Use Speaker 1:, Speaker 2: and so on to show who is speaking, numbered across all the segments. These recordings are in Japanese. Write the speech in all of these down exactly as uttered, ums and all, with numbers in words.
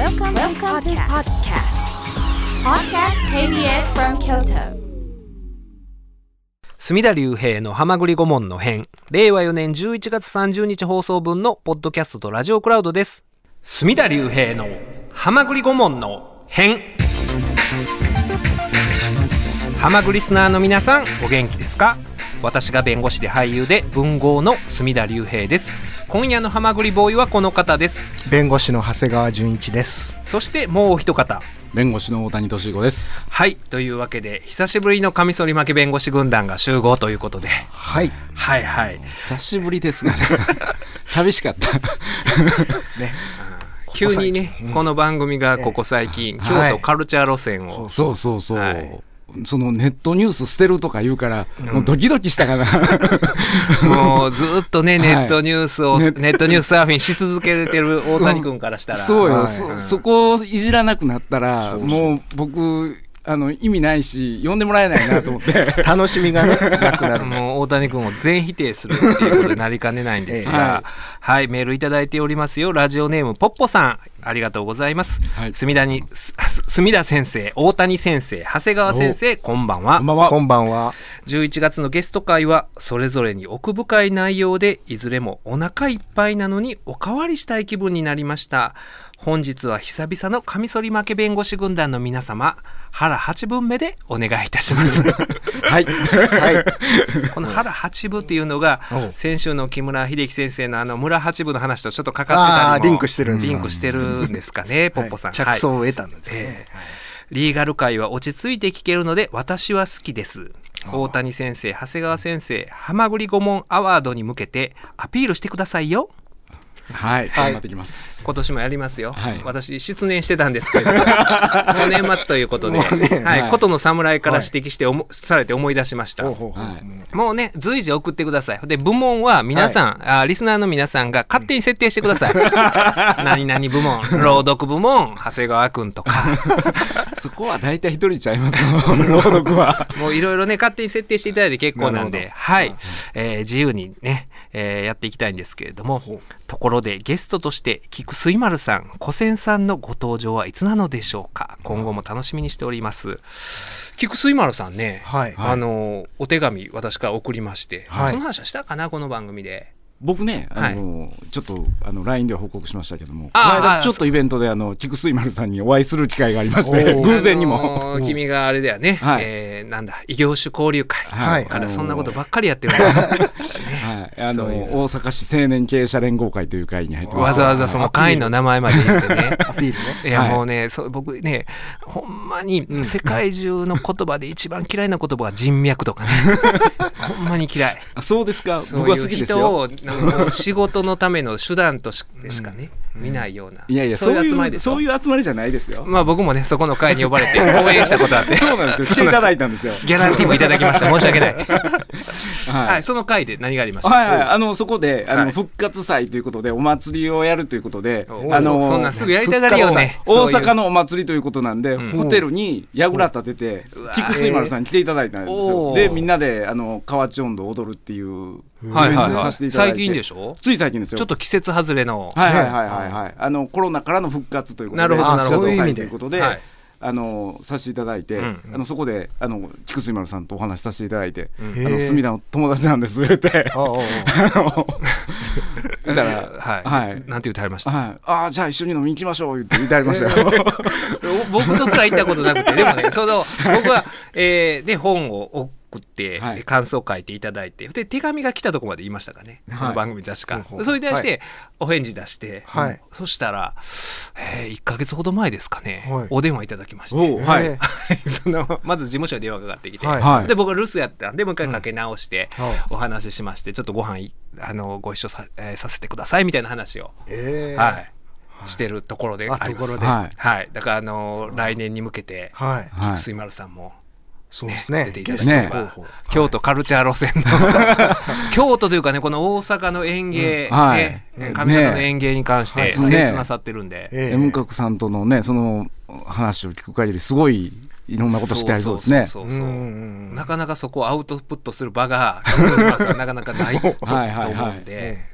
Speaker 1: Welcome, Welcome to podcast. Podcast ケービーエス from Kyoto.
Speaker 2: 隅田隆平のはまぐり顧問の編、れいわよねんじゅういちがつさんじゅうにち放送分のポッドキャストとラジオクラウドです。隅田隆平のはまぐり顧問の編。はまぐりスナーの皆さん、お元気ですか？私が弁護士で俳優で文豪の隅田隆平です。今夜のはまぐりボーイはこの方です。
Speaker 3: 弁護士の長谷川純一です。
Speaker 2: そしてもう一方、
Speaker 4: 弁護士の大谷俊彦です。
Speaker 2: はい、というわけで久しぶりのカミソリ負け弁護士軍団が集合ということで、
Speaker 3: はい、
Speaker 2: はいはい
Speaker 4: 久しぶりですがね寂しかったね、
Speaker 2: 急にね、うん、この番組がここ最近、えー、京都カルチャー路線を、
Speaker 4: はい、そうそうそう、はい、そのネットニュース捨てるとか言うから、うん、もうドキドキしたかな
Speaker 2: もうずっとねネットニュースを、はい、ネットニュースサーフィンし続けてる大谷君からしたら、
Speaker 4: うん、そうよ、
Speaker 2: はい、
Speaker 4: そ, そこをいじらなくなったらもう僕あの意味ないし呼んでもらえないなと思って
Speaker 3: 楽しみが、ね、なくなる
Speaker 2: もう大谷君を全否定するっていうことになりかねないんですが、はい、はい、メールいただいておりますよ。ラジオネームポッポさん、ありがとうございます、はい、墨田に墨田先生、大谷先生、長谷川先生、こんばんは。
Speaker 3: こんばんは。こんばんは。
Speaker 2: じゅういちがつのゲスト会はそれぞれに奥深い内容で、いずれもお腹いっぱいなのにおかわりしたい気分になりました。本日は久々のカミソリ負け弁護士軍団の皆様、腹はちぶんめでお願いいたしますはい、はい、この腹はちぶっていうのが先週の木村秀樹先生のあの村八部の話とちょっとかかってたりも
Speaker 3: リンクしてるんですか、
Speaker 2: リンクしてるんですかねポッポさん、
Speaker 3: はい、着想を得たんですね、はい、え
Speaker 2: ー、リーガル界は落ち着いて聞けるので私は好きです。大谷先生、長谷川先生、はまぐり顧問アワードに向けてアピールしてくださいよ。
Speaker 4: はい、頑張ってきます。
Speaker 2: 今年もやりますよ、はい、私失念してたんですけどもう年末ということで、ね、はい、琴の侍から指摘しておも、はい、されて思い出しました、はい、もうね随時送ってください。で部門は皆さん、はい、あリスナーの皆さんが勝手に設定してください何々部門、朗読部門長谷川くんとか
Speaker 4: そこは大体一人ちゃいます朗読は
Speaker 2: もういろいろね勝手に設定していただいて結構なんで、はい、えー、自由にね、えー、やっていきたいんですけれども、ところでゲストとして菊水丸さん、古仙さんのご登場はいつなのでしょうか。今後も楽しみにしております。菊水丸さんね、はい、あのお手紙私から送りまして、はい、その話はしたかなこの番組で。
Speaker 4: 僕ね、あの、はい、ちょっとあの ライン では報告しましたけども、この間ちょっとイベントであの菊水丸さんにお会いする機会がありまして偶然にも、
Speaker 2: あのー、君があれだよね、はい、えー、なんだ異業種交流会、はい、からそんなことばっかりやってる、ね、
Speaker 4: はい、あの大阪市青年経営者連合会という会に入ってます。
Speaker 2: わざわざその会の名前まで言ってね
Speaker 3: アピールね。
Speaker 2: いやもうね、そう僕ねほんまに世界中の言葉で一番嫌いな言葉が人脈とかねほんまに嫌い。
Speaker 4: あ、そうですか。僕は好きですよ。
Speaker 2: 仕事のための手段としかね、うん、見ないような、
Speaker 4: いやいや、そういう集まりですよ。そういう集まりじゃないですよ。
Speaker 2: まあ僕もねそこの会に呼ばれて講演したことあって
Speaker 4: そうなんですよ、来ていただいたんですよ。
Speaker 2: ギャランティーもいただきました。申し訳ないはい、はい、その会で何がありました？
Speaker 4: はいはい、あのそこであの、はい、復活祭ということでお祭りをやるということで、
Speaker 2: あの そ, そんなすぐやりたがるよね。
Speaker 4: 大阪のお祭りということなんで、うん、ホテルに櫓立てて菊水丸さんに来ていただいたんですよ。でみんなであの河内音頭を踊るっていう
Speaker 2: はいはいはい、最近でしょ。
Speaker 4: つい最近ですよ。
Speaker 2: ちょっと季節外れの、
Speaker 4: はいはいはいはい、はい、あのコロナからの復活ということで、
Speaker 2: なるほどなるほど、
Speaker 4: そういう意味でということで、はい、あのさせていただいて、うん、あのそこであの菊水丸さんとお話しさせていただいて、うん、あの隅田の友達なんです言って言ったら、はい、はい、
Speaker 2: なんて言ってはりました。
Speaker 4: はい、ああじゃあ一緒に飲みに行きましょう言って言ってはりましたよ
Speaker 2: 僕とすら行ったことなくて、でもね、その僕は、えー、で本を送って感想を書いていただいて、で手紙が来たところまで言いましたかね、はい、この番組確か、はい、それに対してお返事出して、はい、そしたら、えー、いっかげつほど前ですかね、はい、お電話いただきまして、はい、そのまず事務所に電話がかかってきて、はい、で僕は留守やったんでもう一回かけ直して、うん、お話ししまして、ちょっとご飯あのご一緒 さ,、えー、させてくださいみたいな話を、えー、はいしてるところであります。はいはい、だからあの来年に向けて、はい、菊水丸さんも
Speaker 3: そうですね、
Speaker 2: 出ていただければ、ね、京都カルチャー路線の京都というかね、この大阪の演芸、うん、はい、ね、上方の演芸に関して精通なさってるんで、
Speaker 4: ね、M 角さんとのねその話を聞く限りすごいいろんなことしてありそうですね。
Speaker 2: そうそうそうそう、なかなかそこをアウトプットする場がなかなかないと思うんで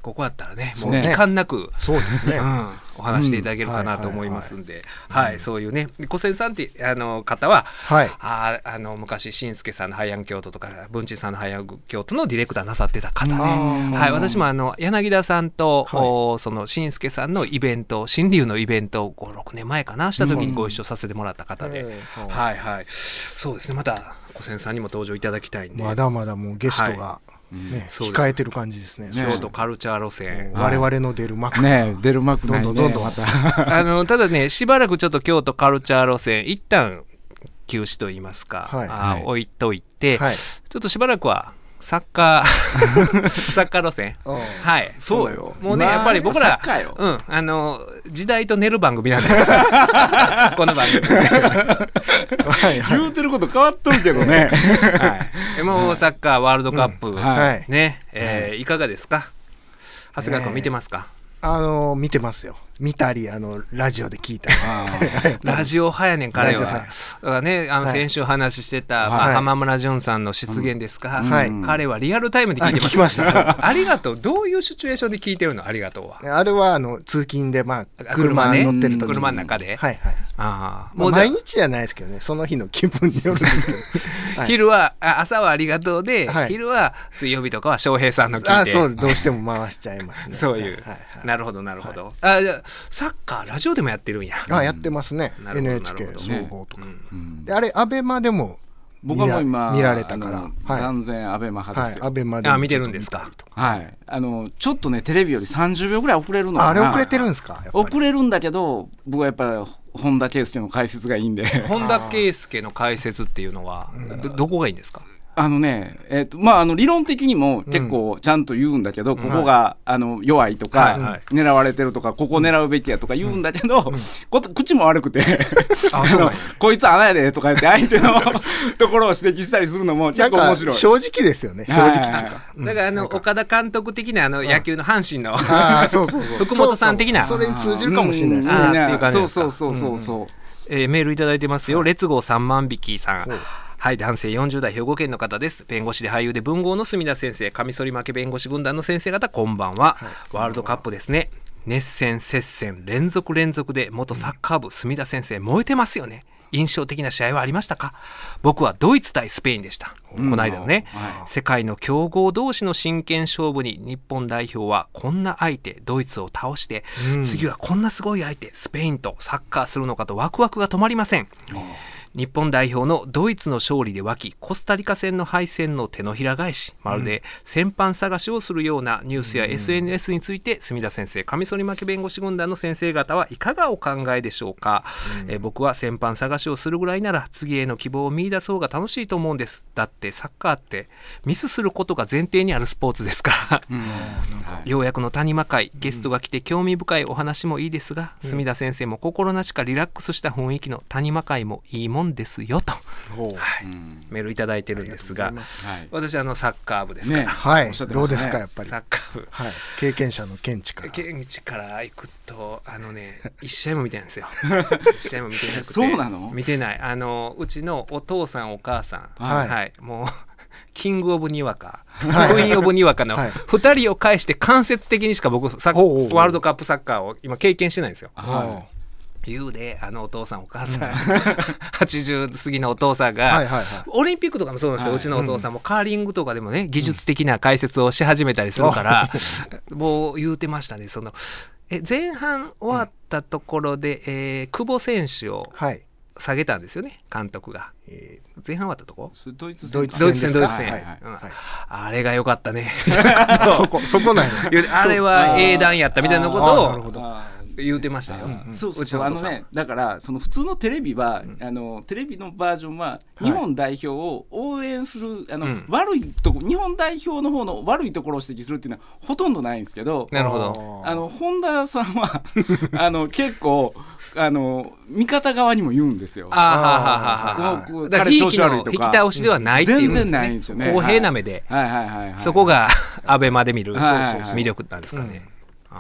Speaker 2: ここだったらねもう
Speaker 3: ね
Speaker 2: 遺憾なく、
Speaker 3: そうですね、
Speaker 2: うん、お話していただけるかなと思いますんで、はいそういうね小仙さんってあの方は、はい、ああの昔新助さんのハイヤン京都とか文珍さんのハイヤン京都のディレクターなさってた方で、はい、私もあの柳田さんと、はい、その新助さんのイベント新龍のイベントをごろくねんまえかなした時にご一緒させてもらった方で、うん、はいはいそうですねまた小仙さんにも登場いただきたいんで
Speaker 3: まだまだもうゲストが、はいね、控えてる感じですね。
Speaker 2: 京都カルチャー路線、
Speaker 3: 我々の出る幕
Speaker 4: ね出る幕
Speaker 3: どんどんどんどんま
Speaker 2: たあのただねしばらくちょっと京都カルチャー路線一旦休止といいますか、はい、あ置いといて、はい、ちょっとしばらくはサッカーサッカー路線はい
Speaker 4: そうよ
Speaker 2: もうねやっぱり僕らうんあの時代と寝る番組なんでこの番組
Speaker 4: はいはい言うてること変わっとるけどね
Speaker 2: はいもうサッカーワールドカップ、うんはい、ねえーはい、いかがですか長谷川君見てますか、
Speaker 3: えー、あの見てますよ見たりあのラジオで聞いたり
Speaker 2: ラジオ派やねん彼はだからねあの先週話してた、はいまあ、浜村淳さんの出現ですか、はい、彼はリアルタイムで聞いてます、
Speaker 3: 聞きました
Speaker 2: ありがとうどういうシチュエーションで聞いてるのありがとうは
Speaker 3: あれはあの通勤でまあ車に乗ってる時に
Speaker 2: 車の中で
Speaker 3: はいはいあもう毎日じゃないですけどねその日の気分によるんですけど、
Speaker 2: はい、昼は朝はありがとうで、はい、昼は水曜日とかは翔平さんの聞いて
Speaker 3: あそうどうしても回しちゃいますね
Speaker 2: そういう、はいはい、なるほどなるほど、はい、あじゃサッカーラジオでもやってるんや
Speaker 3: あやってますね、うん、エヌエイチケー 総合とか、ねうん、であれアベマでも
Speaker 4: 僕はもう今
Speaker 3: 見られたから、
Speaker 4: はい、断然アベマ派ですよ、
Speaker 3: はい、アベマで
Speaker 2: あ見てるんですか
Speaker 4: はいあのちょっとねテレビよりさんじゅうびょうぐらい遅れるのかな
Speaker 3: あれ遅れてるんですか
Speaker 4: 遅れるんだけど僕はやっぱり本田圭佑の解説がいいんで
Speaker 2: 本田圭佑の解説っていうのは ど, どこがいいんですか
Speaker 4: あのね、えーとまあ、あの理論的にも結構ちゃんと言うんだけど、うん、ここが、あの弱いとか、はいはい、狙われてるとかここ狙うべきやとか言うんだけど、うんうん、こ口も悪くてああのこいつ穴やでとか言って相手のところを指摘したりするのも結構面白い
Speaker 3: 正直ですよね正直というか、
Speaker 2: うん、だからあの岡田監督的なあの野球の阪神の、うん、あそうそうそう福本さん的な
Speaker 3: それに通じるかもしれないですね、
Speaker 2: うん、っていう感じ
Speaker 4: ですかそうそうそうそう、うん
Speaker 2: えー、メールいただいてますよ、はい、列号さんまんびきさんはい男性よんじゅうだい兵庫県の方です弁護士で俳優で文豪の墨田先生カミソリ負け弁護士軍団の先生方こんばんは、はい、ワールドカップですね熱戦接戦連続連続で元サッカー部墨田先生燃えてますよね印象的な試合はありましたか僕はドイツ対スペインでした、うん、この間のね、はい、世界の強豪同士の真剣勝負に日本代表はこんな相手ドイツを倒して、うん、次はこんなすごい相手スペインとサッカーするのかとワクワクが止まりません、うん日本代表のドイツの勝利で沸きコスタリカ戦の敗戦の手のひら返しまるで戦犯探しをするようなニュースや エスエヌエス について墨田先生カミソリ負け弁護士軍団の先生方はいかがお考えでしょうか、うん、え僕は戦犯探しをするぐらいなら次への希望を見出そうが楽しいと思うんですだってサッカーってミスすることが前提にあるスポーツですから、うん、ようやくの谷間会ゲストが来て興味深いお話もいいですが、うん、墨田先生も心なしかリラックスした雰囲気の谷間会もいいもんですよと、はい、メールいただいてるんですが私はあのサッカー部ですから、ね
Speaker 3: はい、どうですかやっぱり
Speaker 2: サッカー部、
Speaker 3: はい、経験者の見地から
Speaker 2: 見地から行くとあのね一試合も見てないんですよ一試合も見てなくて
Speaker 4: そうなの
Speaker 2: 見てないあのうちのお父さんお母さん、はいはい、もうキングオブにわかクイーンオブにわかのふたりを介して間接的にしか僕サッワールドカップサッカーを今経験してないんですよ、はい言うであのお父さんお母さん、うん、はちじゅう過ぎのお父さんが、はいはいはい、オリンピックとかもそうなんですよ、はい、うちのお父さんもカーリングとかでもね技術的な解説をし始めたりするから、うん、もう言うてましたねそのえ前半終わったところで、うんえー、久保選手を下げたんですよね監督が、えー、前半終わったとこ
Speaker 4: ドイツ
Speaker 3: 戦ドイツ戦ドイツ戦、
Speaker 2: はいはいうんはい、あれが良かったね
Speaker 3: そこそこなん
Speaker 2: やあれは英断やったみたいなことをなるほど言うてましたよ、
Speaker 4: うん、そうそうそうあのねだからその普通のテレビは、うん、あのテレビのバージョンは日本代表を応援する、はい、あの、うん、悪いとこ日本代表の方の悪いところを指摘するっていうのはほとんどないんですけど
Speaker 2: なるほど
Speaker 4: あの本田さんはあの結構あの味方側にも言うんですよ
Speaker 2: あははははだからひいきの引き倒しではないっていうんですね、
Speaker 4: 全然ないんですよね
Speaker 2: 公平な目で、
Speaker 4: はいはいはいはいはい、
Speaker 2: そこがアベマで見る魅力なんですかね、うんあ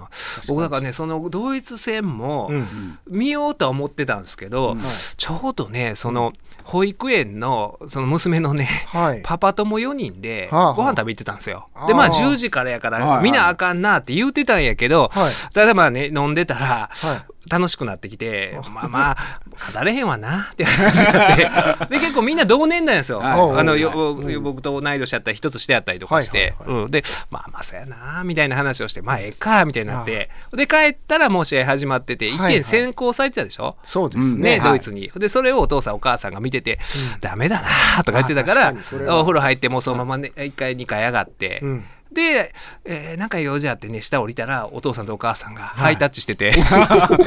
Speaker 2: あ僕だからねそのドイツ戦も見ようとは思ってたんですけど、うん、ちょうどねその保育園のその娘のね、はい、パパ友よにんでご飯食べ行ってたんですよ。はあはあ、でまあじゅうじからやから見なあかんなって言うてたんやけど、はい、ただまあね飲んでたら、はい楽しくなってきて、まあまあ語れへんわなって話になってで結構みんな同年代なんですよ、はい、あのよ、はい、僕と同い年やったり一つしてやったりとかして、はいはいはいうん、でまあまあそうやなみたいな話をしてまあええかみたいになってで帰ったらもう試合始まってていってん先行されてたでしょ、はいはい、
Speaker 3: そうですね、
Speaker 2: ねドイツにでそれをお父さんお母さんが見てて、うん、ダメだなとか言ってたからお風呂入ってもうそのまま、ね、いっかいにかい上がって、うんで、えー、なんか用事あってね下降りたらお父さんとお母さんがハイタッチしてて、はい、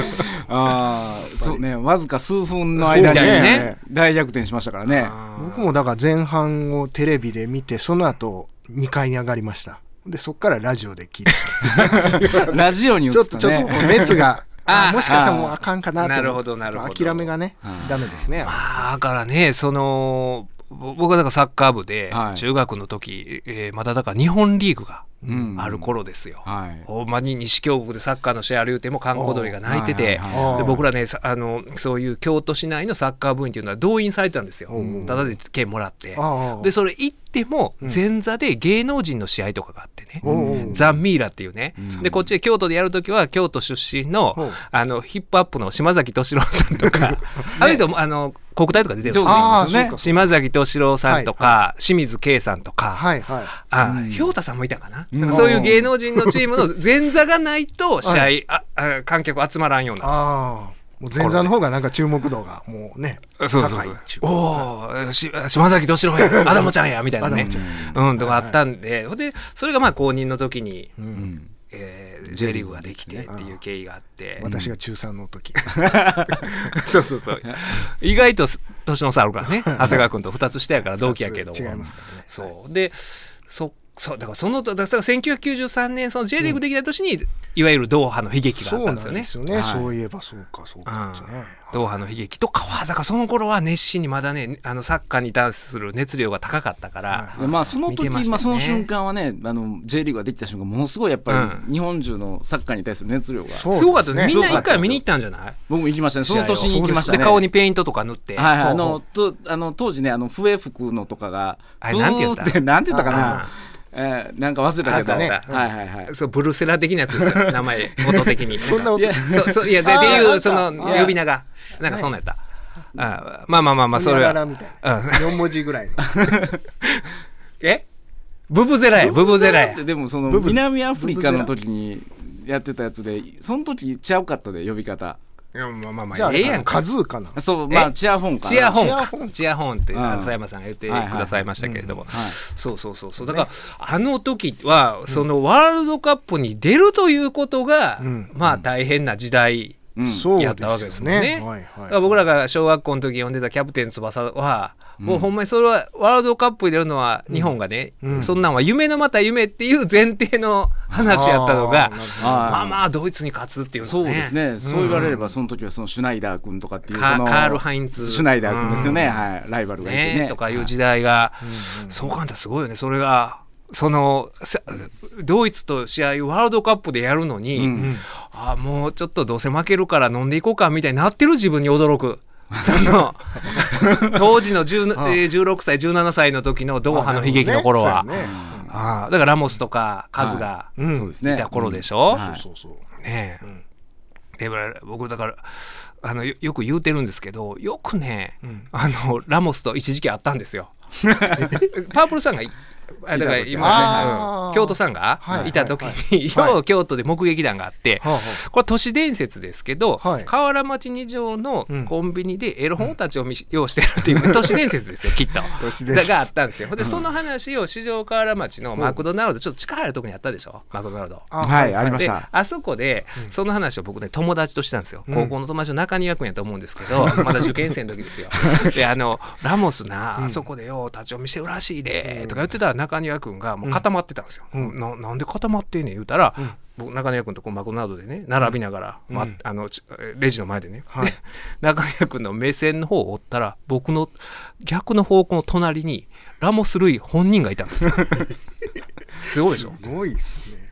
Speaker 4: あそうねわずか数分の間にね大逆転しましたからね。
Speaker 3: 僕もだから前半をテレビで見てその後にかいに上がりました。でそっからラジオで聞いて
Speaker 4: ラジオに移ったね
Speaker 3: ちょっとちょっと熱があもしかしたらもうあかんかなと
Speaker 2: なるほどなるほど
Speaker 3: 諦めがねダメですね。
Speaker 2: まあだからねその僕はだからサッカー部で中学の時、はいえー、まだだから日本リーグがある頃ですよ、うんはい、ほんまに西京極でサッカーの試合ある言うても閑古鳥が泣いてて、で僕らねあのそういう京都市内のサッカー部員っていうのは動員されてたんですよ、ただで券もらってでそれ行っても前座で芸能人の試合とかがあってね、うん、ザ・ミイラっていうね、うん、でこっちで京都でやるときは京都出身 の,、うん、あのヒップアップの島崎俊郎さんとか、ね、あるいはあの国体とか出てるんですよね。島崎俊郎さんとか、はいはい、清水圭さんとか、はいはい、あ、うん、ひょうたさんもいたかな、うん、そういう芸能人のチームの前座がないと試合、はい、ああ観客集まらんような
Speaker 3: あもう前座の方がなんか注目度がもうね
Speaker 2: そうそうそうおお島崎俊郎やアダモちゃんやみたいなねうんとかあったんで、はい、でそれがまあ公認の時に、うんえー、J リーグができてっていう経緯があって
Speaker 3: 私が中さんの時
Speaker 2: そうそうそう意外と年の差あるからね長谷川君とふたつ下やから同期やけど
Speaker 3: 違いますからね
Speaker 2: そうでそそうだからそのだからせんきゅうひゃくきゅうじゅうさんねんその J リーグできた年に、うん、いわゆるドーハの悲劇があったんですよね。
Speaker 3: そうなんですよね、はい、そういえばそうかそうかですね、うん
Speaker 2: ドーハの悲劇とかはだからその頃は熱心にまだねあのサッカーに対する熱量が高かったから、
Speaker 4: はいまあ、その時、ねまあ、その瞬間はねあの J リーグができた瞬間ものすごいやっぱり日本中のサッカーに対する熱量が、
Speaker 2: うん、すごかったねみんな一回見に行ったんじゃない？
Speaker 4: 僕も行きましたねその年に行きましたね。
Speaker 2: で顔にペイントとか塗って、
Speaker 4: はいはい、あのとあの当時ねあの笛吹くのとかが
Speaker 2: あれなんて言った
Speaker 4: なんて言ったかなえー、なんか忘れたけど、ねはいはいはい、
Speaker 2: そうブルセラ的なやつですよ名前音的に
Speaker 3: そんな音
Speaker 2: いやそうそういやでっていうその呼び名がなんかそんなんやったあまあまあまあまあそれは
Speaker 3: みたいな、うん、よん文字ぐらいの
Speaker 2: えブブゼラやブブゼラや
Speaker 4: ってでもその南アフリカの時にやってたやつでその時ちゃうかったで呼び方
Speaker 2: いやまあまあまあ
Speaker 3: じゃあ
Speaker 2: ええやん
Speaker 3: カズーかな
Speaker 4: そうまあチアホンかな
Speaker 2: チアホンかチアホンって佐山さんが言ってくださいましたけれどもそうそうそうそうだから、ね、あの時はそのワールドカップに出るということが、うん、まあ大変な時代うん、やったわけですもんね。そうですね、はいはい、だから僕らが小学校の時読んでたキャプテン翼は、うん、もうほんまにそれはワールドカップに出るのは日本がね、うん、そんなんは夢のまた夢っていう前提の話やったのがまあまあドイツに勝つっていうのはね
Speaker 4: そうですね、うん、そう言われればその時はそのシュナイダー君とかっていうその
Speaker 2: カール・ハインツ
Speaker 4: シュナイダー君ですよね、うんはい、ライバルがいてね、
Speaker 2: ねとかいう時代が、はい、そう簡単すごいよねそれがそのドイツと試合ワールドカップでやるのに、うん、あもうちょっとどうせ負けるから飲んでいこうかみたいになってる自分に驚くその当時のじゅう、じゅうろくさいじゅうななさいの時のドーハの悲劇の頃は、ねねうん、あだからラモスとかカズがいた頃でしょねえ僕だからあの よ, よく言うてるんですけどよくね、うん、あのラモスと一時期あったんですよパープルさんがだから今、うん、京都さんがいた時に、はいはい、よう京都で目撃談があって、はい、これ都市伝説ですけど、はい、河原町二条のコンビニでエロ本たちを見用してるっていう、うん、都市伝説ですよきっとがあったんですよ。でその話を四条河原町のマクドナルドちょっと近いところにあったでしょマクドナルド
Speaker 4: あはいありました。
Speaker 2: あそこでその話を僕ね友達としたんですよ、うん、高校の友達の中庭君やと思うんですけど、うん、まだ受験生の時ですよであのラモスな、うん、あそこでよ立ち読みしてるらしいで、うん、とか言ってたら中庭君がもう固まってたんですよ、うん、な, なんで固まってんねん言うたら、うん、僕中庭君とこうマクドナルドでね並びながら、うんま、あのレジの前でね、はい、で中庭君の目線の方を追ったら僕の逆の方向の隣にラモス・ルイ本人がいたんですよすごいでしょ
Speaker 3: すごいですね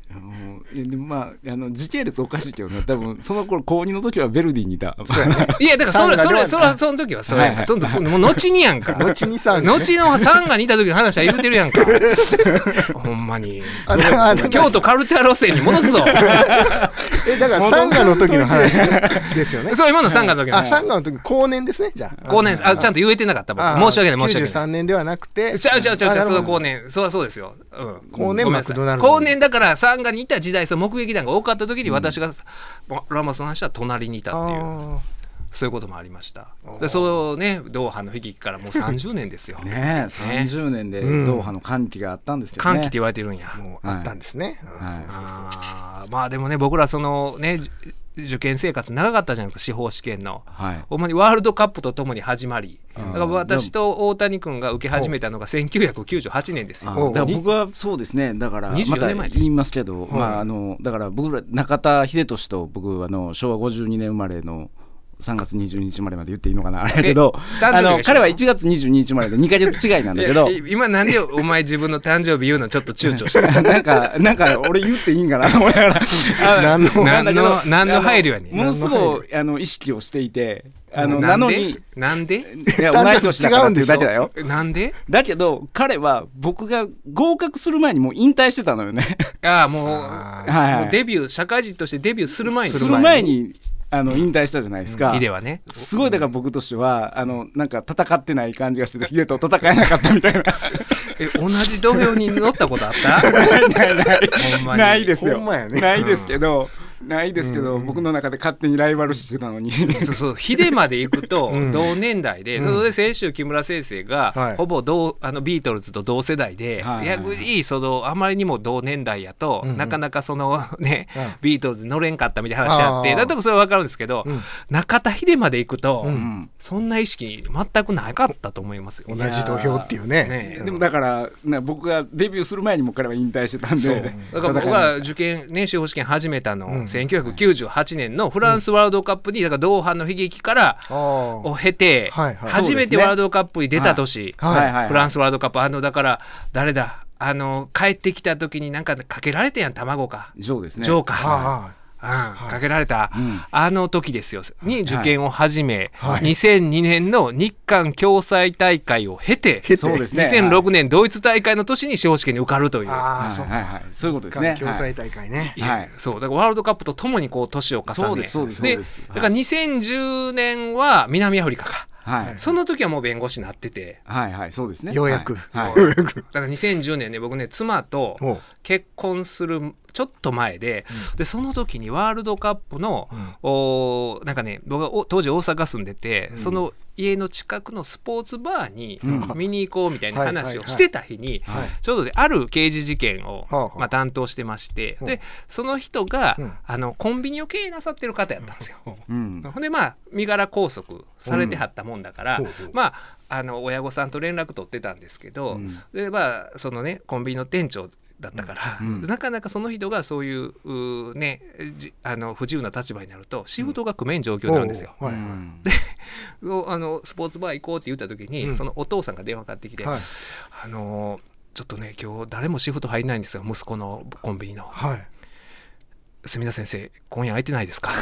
Speaker 4: でもまあ、あの時系列おかしいけどね、多分その頃高にの時はベルディにいた。
Speaker 2: いやだからそれそれそれその時はそれやんか、そのもう後にやんか、
Speaker 3: 後にサン
Speaker 2: ガ、後のサンガにいた時の話は言うてるやんか。ほんまに京都カルチャー路線に戻すぞ。
Speaker 3: えだからサンガの時の話ですよね。
Speaker 2: そう今のサンガの時の話。
Speaker 3: あサンガの時後年ですね。じゃあ
Speaker 2: 後年、あちゃんと言えてなかった僕、申し訳ない申し訳ない。
Speaker 3: きゅうじゅうさんねんではなくて、
Speaker 2: ちゃうちゃうちゃうちゃう、その後年、そうそうですよ。うん、
Speaker 3: 後年マクドナルド。
Speaker 2: 後年だからサンガにいた時代、その目撃談が多かった時に私がラモスの話は隣にいたっていう。そういうこともありました。でそうね、ドーハの悲劇からもうさんじゅうねんですよ。
Speaker 4: ねえ、さんじゅうねんでドーハの歓喜があったんですけどね。
Speaker 2: 歓喜って言われてるんや。
Speaker 3: もうあったんですね。
Speaker 2: まあでもね、僕らそのね受験生活長かったじゃないですか、司法試験の。
Speaker 4: はい、
Speaker 2: ほんまにワールドカップとともに始まり、だから私と大谷君が受け始めたのがせんきゅうひゃくきゅうじゅうはちねんですよ。
Speaker 4: だから僕はそうですね、だからまた言いますけど、まああのだから僕ら中田英寿と僕あのしょうわごじゅうにねん生まれのさんがつにじゅうににち生まれまで言っていいのかなあれやけど、あの彼はいちがつにじゅうににち生まれでにかげつ違いなんだけど、
Speaker 2: 今なんでお前自分の誕生日言うのちょっと躊躇してる。
Speaker 4: なんかなんか俺言っていいんかなと思いながら、
Speaker 2: 何の何の何の配慮やねん。
Speaker 4: ものすごいあの意識をしていて、あのなのに
Speaker 2: なんで
Speaker 4: いや同い年だからっていうだけだよ。
Speaker 2: なんで
Speaker 4: だけど彼は僕が合格する前にもう引退してたのよね。
Speaker 2: ああもう、はい、もうデビュー社会人としてデビューする前に
Speaker 4: する前にあの引退したじゃないですか。
Speaker 2: ヒデはね、
Speaker 4: すごいだから僕としてはあのなんか戦ってない感じがしてて、ヒデと戦えなかったみたいな。
Speaker 2: え同じ土俵に乗ったことあった？
Speaker 4: ないないないないですよ。
Speaker 3: ね、
Speaker 4: ないですけど。ないですけど、うん、僕の中で勝手にライバル視してたのに。
Speaker 2: そうそう、ヒデまで行くと同年代で、うん、それで先週木村先生が、うん、ほぼ同あのビートルズと同世代で、はい、いやいいそのあまりにも同年代やと、うんうん、なかなかそのね、うん、ビートルズ乗れんかったみたいな話あってだとそれは分かるんですけど、うん、中田秀まで行くと、うん、そんな意識全くなかったと思いますよ。
Speaker 3: 同じ土俵っていうね。
Speaker 4: ね、うん、でもだからね、僕がデビューする前にも彼は引退してたんで、
Speaker 2: だから僕が受験ね司法試験始めたの、うん、せんきゅうひゃくきゅうじゅうはちねんのフランスワールドカップにだからドーハの悲劇からを経て、はいはい、初めてワールドカップに出た年、はいはい、フランスワールドカップ、あのだから誰だあの帰ってきた時になんかかけられたやん、卵か
Speaker 4: ジョーですね、
Speaker 2: ジョーか、はいうんはい、かけられた、うん、あの時ですよに受験を始め、はい、にせんにねんの日韓共際大会を経て、
Speaker 4: そうですね、
Speaker 2: にせんろくねんドイツ大会の年に司法試験に受かるという、
Speaker 3: ああ、そう
Speaker 4: はいはい、そういうことですね、
Speaker 3: 日韓共際大会ね、
Speaker 2: はい、そうだからワールドカップとともにこう年を重ね、
Speaker 4: そうですそうですそうです、
Speaker 2: だからにせんじゅうねんは南アフリカか、
Speaker 4: はい、
Speaker 2: その時はもう弁護士になってて、
Speaker 4: はいはい、そうですね、
Speaker 3: ようやく、
Speaker 4: はい、
Speaker 3: ようやく
Speaker 2: だからにせんじゅうねんね、僕ね妻と結婚するちょっと前で、うん、でその時にワールドカップの、うん、おなんかね、僕が当時大阪住んでて、うん、その家の近くのスポーツバーに見に行こうみたいな話をしてた日に、ちょうどである刑事事件を、まあ、担当してまして、でその人が、うん、あのコンビニを経営なさってる方やったんですよ。うん、ほんでまあ身柄拘束されてはったもんだから、うん、まああの親御さんと連絡取ってたんですけど、うん、でまあそのねコンビニの店長だったから、うん、なかなかその人がそういう、うねじあの不自由な立場になるとシフトが組めん状況になるんですよ。うんはいはい、であのスポーツバー行こうって言った時に、うん、そのお父さんが電話かかってきて、はい、あのちょっとね今日誰もシフト入んないんですよ、息子のコンビニの。はい、住田先生今夜空いてないですか？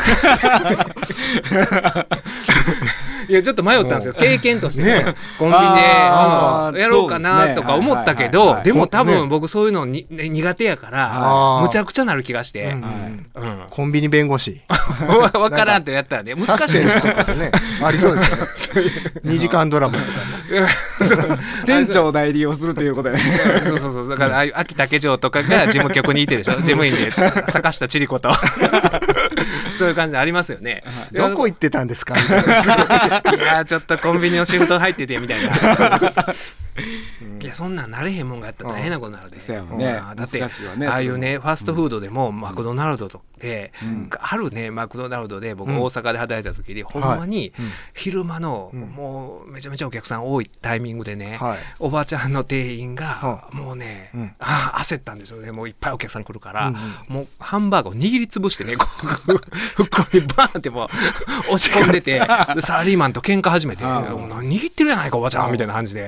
Speaker 2: いやちょっと迷ったんですよ、経験として、ね、コンビニでやろうかなとか思ったけど、でも多分僕そういうのに、ね、苦手やからむちゃくちゃなる気がして、うんうん、コ
Speaker 3: ンビニ弁護士
Speaker 2: 分からんとやったらね難しい
Speaker 3: ですとかでねありそうですよねにじかんドラマとか
Speaker 4: 店長代理をするということで、ね、
Speaker 2: そうそうそうだから秋竹城とかが事務局にいてでしょ、事務員で坂下千里子とそういう感じでありますよね。
Speaker 3: どこ行ってたんですかみたい
Speaker 2: ないやちょっとコンビニの仕事入っててみたいな、うん、いやそんなんなれへんもんがやったら大変なことになるで、
Speaker 4: うんね、
Speaker 2: だって、ね、ああいうねファストフードでも、うん、マクドナルドとで、うん、あるねマクドナルドで僕大阪で働いた時に、うん、ほんまに昼間の、うん、もうめちゃめちゃお客さん多いタイミングでね、はい、おばちゃんの店員がもうね、うん、あ焦ったんですよね、もういっぱいお客さん来るから、うんうん、もうハンバーグを握りつぶしてね袋にバーンってもう押し込んでてでサラリーマンと喧嘩始めて、うん、何握ってるやないかおばちゃんみたいな感じで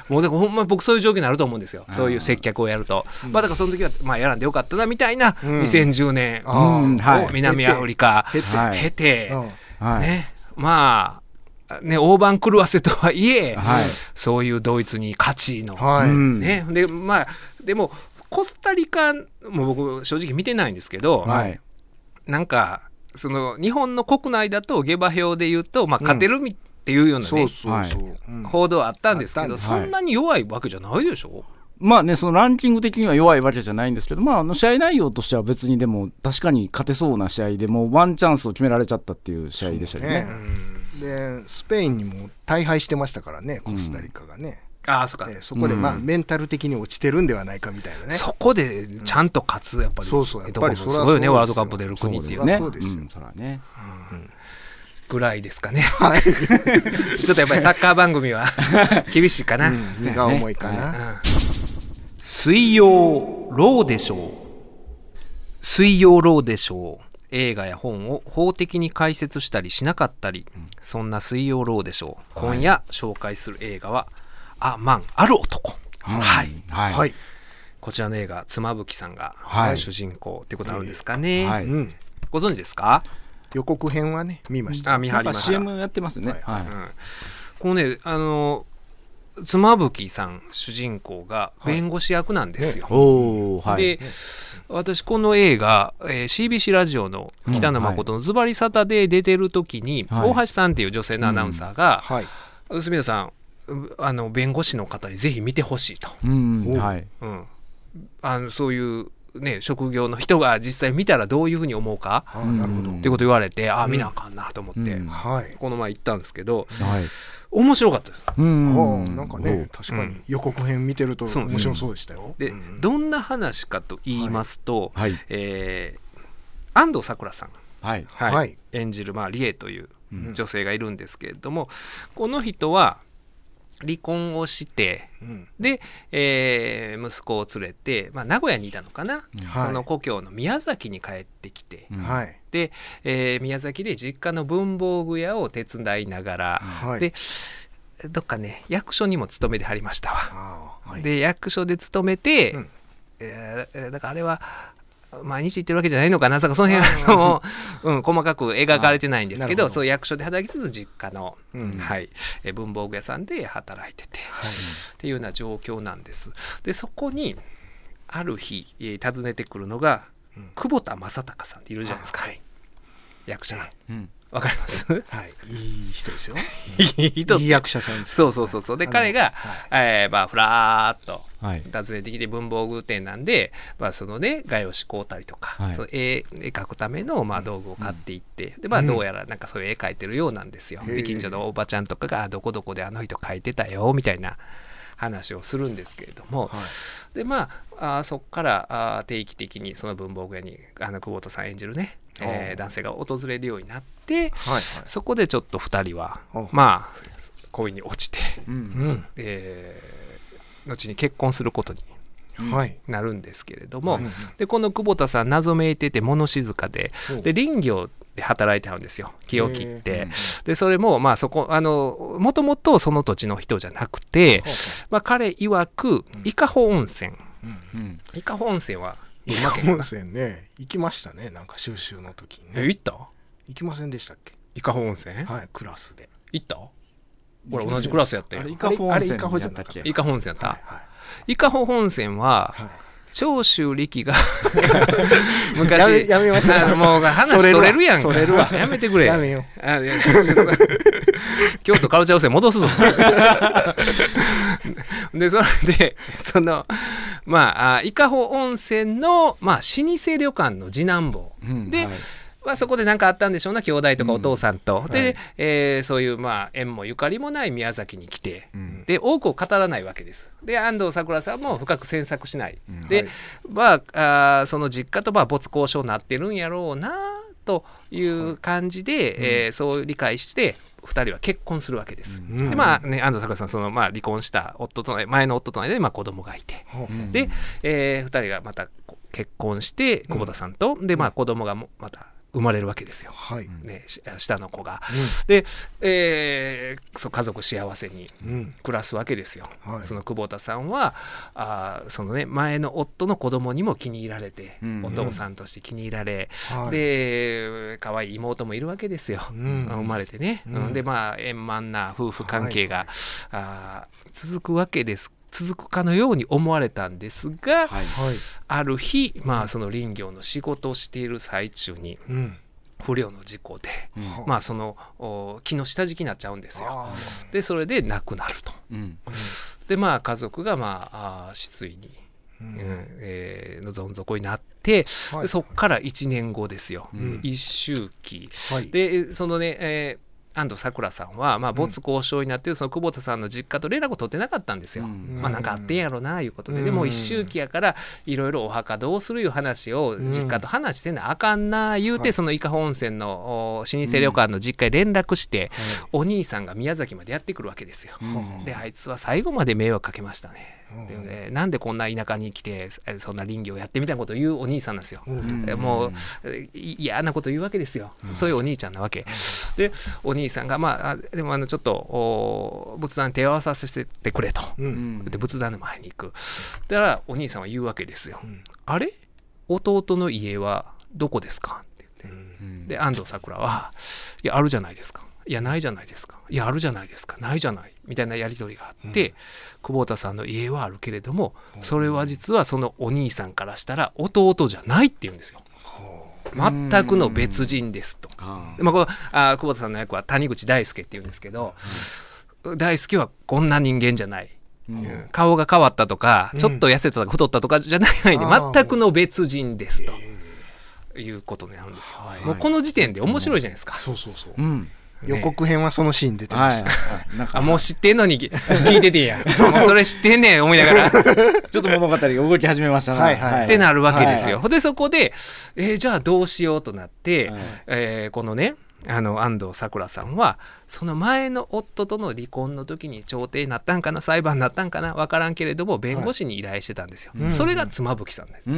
Speaker 2: もうだからほんま僕そういう状況になると思うんですよ、そういう接客をやると、まあだからその時はまあやらんでよかったなみたいな、にせんじゅうねん、
Speaker 3: うん
Speaker 2: を南アフリカ
Speaker 3: 経て
Speaker 2: 経て、
Speaker 4: はい
Speaker 2: ね、まあね大番狂わせとはいえ、
Speaker 4: はい
Speaker 2: そういうドイツに勝ちの、
Speaker 3: はい
Speaker 4: うん
Speaker 2: ね、でまあでもコスタリカも僕正直見てないんですけど、
Speaker 4: はい
Speaker 2: なんかその日本の国内だと下馬評で言うと、まあ、勝てるみっていうようなね、
Speaker 3: そうそうそう、うん
Speaker 2: 報道あったんですけど、
Speaker 3: あったんです
Speaker 2: そんなに弱いわけじゃないでしょ、
Speaker 4: まあね、そのランキング的には弱いわけじゃないんですけど、まあ、あの試合内容としては別にでも確かに勝てそうな試合でもうワンチャンスを決められちゃったっていう試合でしたよね。
Speaker 3: でスペインにも大敗してましたからね、コスタリカがね、
Speaker 2: ああそうか、
Speaker 3: えーそこでまあ、
Speaker 4: うん
Speaker 3: メンタル的に落ちてるんではないかみたいなね。
Speaker 2: そこでちゃんと勝つやっぱり、
Speaker 3: そうそうやっぱり
Speaker 2: どこもすごいよね、
Speaker 3: そりゃそうですよ
Speaker 2: ワールドカップ出る国っていうね
Speaker 3: そりゃそうですよ
Speaker 4: んそらね。
Speaker 2: ぐらいですかね。
Speaker 3: はい
Speaker 2: ちょっとやっぱりサッカー番組は厳しいかな、
Speaker 3: うん荷が重いかな、
Speaker 2: 水曜ローでしょう。水曜ローでしょう。映画や本を法的に解説したりしなかったり、そんな水曜ローでしょう。今夜紹介する映画はあマンある男、はい、
Speaker 4: はい
Speaker 3: はい
Speaker 2: こちらの映画妻夫木さんが
Speaker 4: はい
Speaker 2: 主人公っていうことあるんですかね、
Speaker 4: はい
Speaker 3: うん、
Speaker 2: ご存知ですか？
Speaker 3: 予告編はね見ました。
Speaker 2: あ見張りました。
Speaker 4: シーエム やってますよね。
Speaker 3: はい
Speaker 4: はい
Speaker 2: うんこのねあの妻夫木さん主人公が弁護士役なんですよ、
Speaker 4: おーはい
Speaker 2: で私この映画、えー、シービーシー ラジオの北野誠のズバリサタで出てる時に、
Speaker 4: はい
Speaker 2: 大橋さんっていう女性のアナウンサーが、
Speaker 3: はい
Speaker 2: 住田さんうあの弁護士の方にぜひ見てほしいと、
Speaker 4: うん
Speaker 3: お
Speaker 4: はい
Speaker 2: うん、あのそういう、ね、職業の人が実際見たらどういうふうに思うか
Speaker 3: あなるほど、
Speaker 4: うん
Speaker 2: ってこと言われて、ああ見なあかんなと思って、
Speaker 4: うん
Speaker 3: はい
Speaker 2: この前行ったんですけど
Speaker 4: はい
Speaker 2: 面白かったです。
Speaker 4: うん
Speaker 3: はあなんかね確かに予告編見てると
Speaker 2: そう
Speaker 3: 面白そうでしたよ。
Speaker 2: で、
Speaker 3: うん
Speaker 2: どんな話かと言いますと、
Speaker 4: はい
Speaker 2: えー安藤サクラさん、
Speaker 4: はい
Speaker 2: はい
Speaker 3: はい
Speaker 2: 演じる、まあ、リエという
Speaker 3: うん
Speaker 2: 女性がいるんですけれども、この人は離婚をして
Speaker 3: うん
Speaker 2: で、えー息子を連れて、まあ、名古屋にいたのかな、
Speaker 3: はい
Speaker 2: その故郷の宮崎に帰ってきて、
Speaker 4: うん
Speaker 3: はい
Speaker 2: で、えー宮崎で実家の文房具屋を手伝いながら、
Speaker 3: はい
Speaker 2: でどっかね役所にも勤めてはりましたわ。
Speaker 3: あーはい
Speaker 2: で役所で勤めて、
Speaker 3: うん
Speaker 2: えーだからあれは毎日行ってるわけじゃないのかな、だからその辺も、うん、細かく描かれてないんですけど、
Speaker 3: なるほど
Speaker 2: そういう役所で働きつつ実家の、
Speaker 3: うん
Speaker 2: はい、えー文房具屋さんで働いてて、っていうような状況なんです。でそこにある日、えー訪ねてくるのが、
Speaker 3: うん
Speaker 2: 久保田正孝さんっているじゃないですか、
Speaker 3: はい
Speaker 2: 役者
Speaker 4: うん
Speaker 2: わかります
Speaker 3: はいいい人ですよ。
Speaker 2: いい人
Speaker 3: いい役者さんです。
Speaker 2: そうそうそうそうで
Speaker 3: あの
Speaker 2: 彼が、
Speaker 3: はい
Speaker 2: えーまあふらーっと
Speaker 4: はい
Speaker 2: 訪ねてきて文房具店なんで、まあ、そのね画用紙買うたりとか、
Speaker 4: はい
Speaker 2: その絵絵描くためのまあ道具を買っていって、でまあ
Speaker 3: うん
Speaker 2: どうやらなんかそういう絵描いてるようなんですよ。
Speaker 3: へー
Speaker 2: で近所のおばちゃんとかがあどこどこであの人描いてたよみたいな話をするんですけれども、
Speaker 3: はい
Speaker 2: でまああそこからあ定期的にその文房具屋にあの久保田さん演じるね、えー
Speaker 3: あー
Speaker 2: 男性が訪れるようになって、
Speaker 3: はいはい
Speaker 2: そこでちょっとふたりは
Speaker 3: あ
Speaker 2: まあ恋に落ちて、
Speaker 4: う
Speaker 3: うんん
Speaker 2: えー後に結婚することに
Speaker 3: はい
Speaker 2: なるんですけれども、
Speaker 3: うん
Speaker 2: でこの久保田さん謎めいてて物静かで
Speaker 3: ほう
Speaker 2: で林業で働いてはるんですよ、木を切っ
Speaker 3: へ
Speaker 2: て
Speaker 3: ー。
Speaker 2: でそれもまあそこあのもともとその土地の人じゃなくて、まあ、彼曰く伊香保温泉、
Speaker 3: うん
Speaker 4: うん
Speaker 2: 伊香保温泉は群
Speaker 3: 伊
Speaker 2: 馬県
Speaker 3: 香保温泉ね行きましたね、なんか収集の時にね。
Speaker 2: え行った
Speaker 3: 行きませんでしたっけ？
Speaker 2: 伊香保温泉
Speaker 3: はいクラスで。
Speaker 2: 行ったほら同じクラスやったよ
Speaker 4: あれ伊香保温泉
Speaker 3: あれ伊香保じゃ
Speaker 4: やったっけ
Speaker 3: なかった
Speaker 2: 伊香保温泉やった、
Speaker 3: はいはい
Speaker 2: 伊香保温泉は
Speaker 3: はい。
Speaker 2: 長州力が
Speaker 3: や
Speaker 2: 昔
Speaker 3: めやめましょう
Speaker 2: あのもう話取れるやんか
Speaker 3: それるわ
Speaker 2: やめてくれ
Speaker 3: やめよ
Speaker 2: あいや京都カルチャー汚染戻すぞでそれでそのまああ伊香保温泉の、まあ、老舗旅館の次男坊で、
Speaker 4: うんはい
Speaker 2: まあ、そこで何かあったんでしょうな兄弟とかお父さんと、で、
Speaker 3: はい
Speaker 2: えーそういうまあ縁もゆかりもない宮崎に来て、
Speaker 4: うん
Speaker 2: で多くを語らないわけです。で安藤サクラさんも深く詮索しない、
Speaker 4: うん
Speaker 2: で、
Speaker 3: はい
Speaker 2: まあ、あーその実家とまあ没交渉になってるんやろうなという感じで、えーそう理解してふたりは結婚するわけです。
Speaker 3: うん
Speaker 2: でまあね、安藤サクラさんその、まあ、離婚した夫との前の夫との間でまあ子供がいて、
Speaker 3: ほう
Speaker 4: うん
Speaker 2: で、えーふたりがまたこう結婚して久保田さんと、でまあ子供がもまた生まれるわけですよ、
Speaker 3: はい
Speaker 2: ね、下の子が、
Speaker 3: うん、
Speaker 2: で、えー、そう家族幸せに暮らすわけですよ、
Speaker 3: うん、はい、
Speaker 2: その久保田さんはあその、ね、前の夫の子供にも気に入られて、うん、お父さんとして気に入られ、うん、で可愛い妹もいるわけですよ、うん、生まれてね、うん、でまあ円満な夫婦関係が、はい、あ続くわけです続くかのように思われたんですが、はい、ある日、まあ、その林業の仕事をしている最中に、うん、不慮の事故で、うん、まあ、その木の下敷きになっちゃうんですよ。でそれで亡くなると、うん、でまあ家族が、まあ、あ失意に、うんうんえー、のどん底になって、はい、そこからいちねんごですよ、うん、一周期、はい、でそのね、えー安藤サクラさんは、まあ、没交渉になっているその久保田さんの実家と連絡を取ってなかったんですよ、うん、まあなんかあってんやろないうことで、うん、でも一周期やからいろいろお墓どうするいう話を実家と話してなあかんな言うて、うん、その伊香保温泉の老舗旅館の実家に連絡して、うん、お兄さんが宮崎までやってくるわけですよ、うん、であいつは最後まで迷惑かけましたね、でね、なんでこんな田舎に来てそんな林業やってみたいなことを言うお兄さんなんですよ、うん、もう嫌なこと言うわけですよ、うん、そういうお兄ちゃんなわけ、うん、でお兄さんがまあでもあのちょっと仏壇に手を合わさせてくれと、うん、で仏壇の前に行くだからお兄さんは言うわけですよ、うん、あれ弟の家はどこですかって言って、うん、で安藤サクラはいやあるじゃないですかいやないじゃないですかいやあるじゃないですかないじゃないみたいなやり取りがあって、うん、久保田さんの家はあるけれどもそれは実はそのお兄さんからしたら弟じゃないって言うんですよ、全くの別人ですと、まあ、このあ久保田さんの役は谷口大輔っていうんですけど、うん、大輔はこんな人間じゃない、うん、顔が変わったとか、うん、ちょっと痩せたとか太ったとかじゃない範囲で全くの別人ですということになるんですよ、はい、もうこの時点で面白いじゃないですか、
Speaker 3: うん、そうそうそう、うん予告編はそのシーン出てました、
Speaker 2: はいはい、あもう知ってんのに聞いててんやそ, それ知ってんねん思いながらちょっ
Speaker 4: と物語が動き始めましたね、はいはい、
Speaker 2: ってなるわけですよ、はいはい、でそこで、えー、じゃあどうしようとなって、はいえー、このねあの安藤サクラさんはその前の夫との離婚の時に調停になったんかな裁判になったんかな分からんけれども弁護士に依頼してたんですよ、はい、それが妻夫木さんです、うん、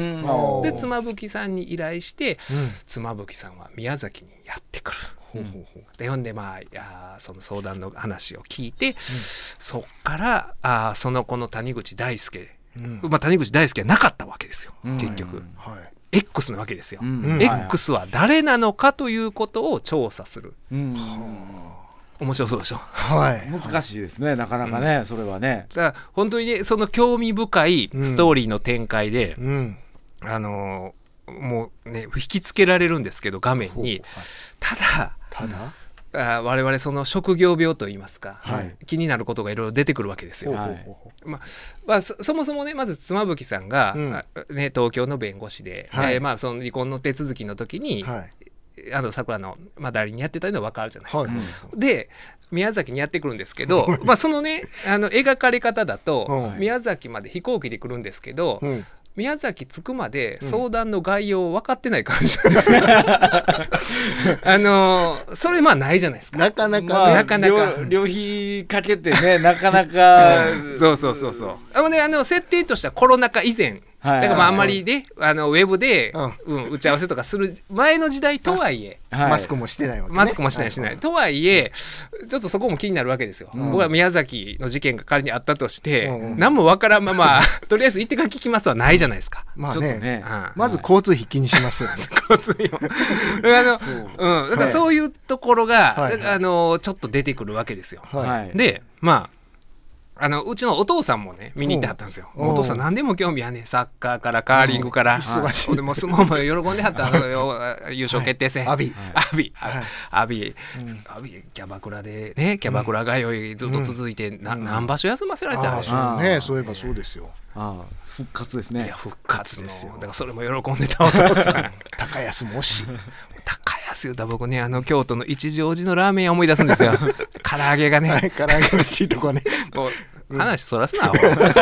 Speaker 2: で妻夫木さんに依頼して、うん、妻夫木さんは宮崎にやってくる、うん、で読んでまあいやその相談の話を聞いて、うん、そっからあその子の谷口大輔、うんまあ、谷口大輔はなかったわけですよ、うん、結局、はいはいX なわけですよ、うん、X は誰なのかということを調査する、うん、面白そうでしょ、
Speaker 4: はい、難しいですねなかなかね、うん、それはね
Speaker 2: だから本当にねその興味深いストーリーの展開で、うん、あのもうね引きつけられるんですけど画面に、ただ
Speaker 3: ただ
Speaker 2: あ我々その職業病といいますか、はい、気になることがいろいろ出てくるわけですよ、はいままあ、そ, そもそもねまず妻夫木さんが、うんね、東京の弁護士で、はいえーまあ、その離婚の手続きの時に、はい、あの桜の、まあ、代理にやってたのは分かるじゃないですか、はい、で宮崎にやってくるんですけど、まあ、そのねあの描かれ方だと、はい、宮崎まで飛行機で来るんですけど、うん宮崎着くまで相談の概要分かってない感じなんですよ、うん、あのそれまあないじゃないですか
Speaker 3: なかなか、ね
Speaker 4: まあ、
Speaker 2: なかなか
Speaker 4: 旅費かけてねなかなか
Speaker 2: そうそうそうそうあの、ね、あの設定としてはコロナ禍以前だからまああんまりねあのウェブで、うんうん、打ち合わせとかする前の時代とはいえ、
Speaker 3: はい、マスクもしてないわけね
Speaker 2: マスクもしてないしない、はい、とはいえちょっとそこも気になるわけですよ、うん、僕は宮崎の事件が仮にあったとして、うんうん、何もわからんままとりあえず行ってから聞きますはないじゃないですか、
Speaker 3: まあね、
Speaker 2: ちょっとね、
Speaker 3: うん、まず交通費気にしますよね
Speaker 2: 交通費もあのそう、うん、だからそういうところが、はい、あのちょっと出てくるわけですよ、はい、でまああのうちのお父さんもね見に行ってはったんですよ。お父さん何でも興味はねサッカーからカーリングからでも相撲も喜んではったの優勝決定戦、
Speaker 3: はい、アビ
Speaker 2: アビ、はい、アビ、アビキャバクラでねキャバクラ通いずっと続いて、うん、な何場所休ませられたでしょ、
Speaker 3: うん、ねそういえばそうですよ。
Speaker 4: ああ復活ですね。
Speaker 2: いや復活ですよ。だからそれも喜んでたお父さん
Speaker 3: 高安も惜しい
Speaker 2: 高安言うたら僕ねあの京都の一乗寺のラーメン屋思い出すんですよ唐揚げがね、
Speaker 3: はい、唐揚げ美味しいとこね
Speaker 2: もう話そらすな、うん、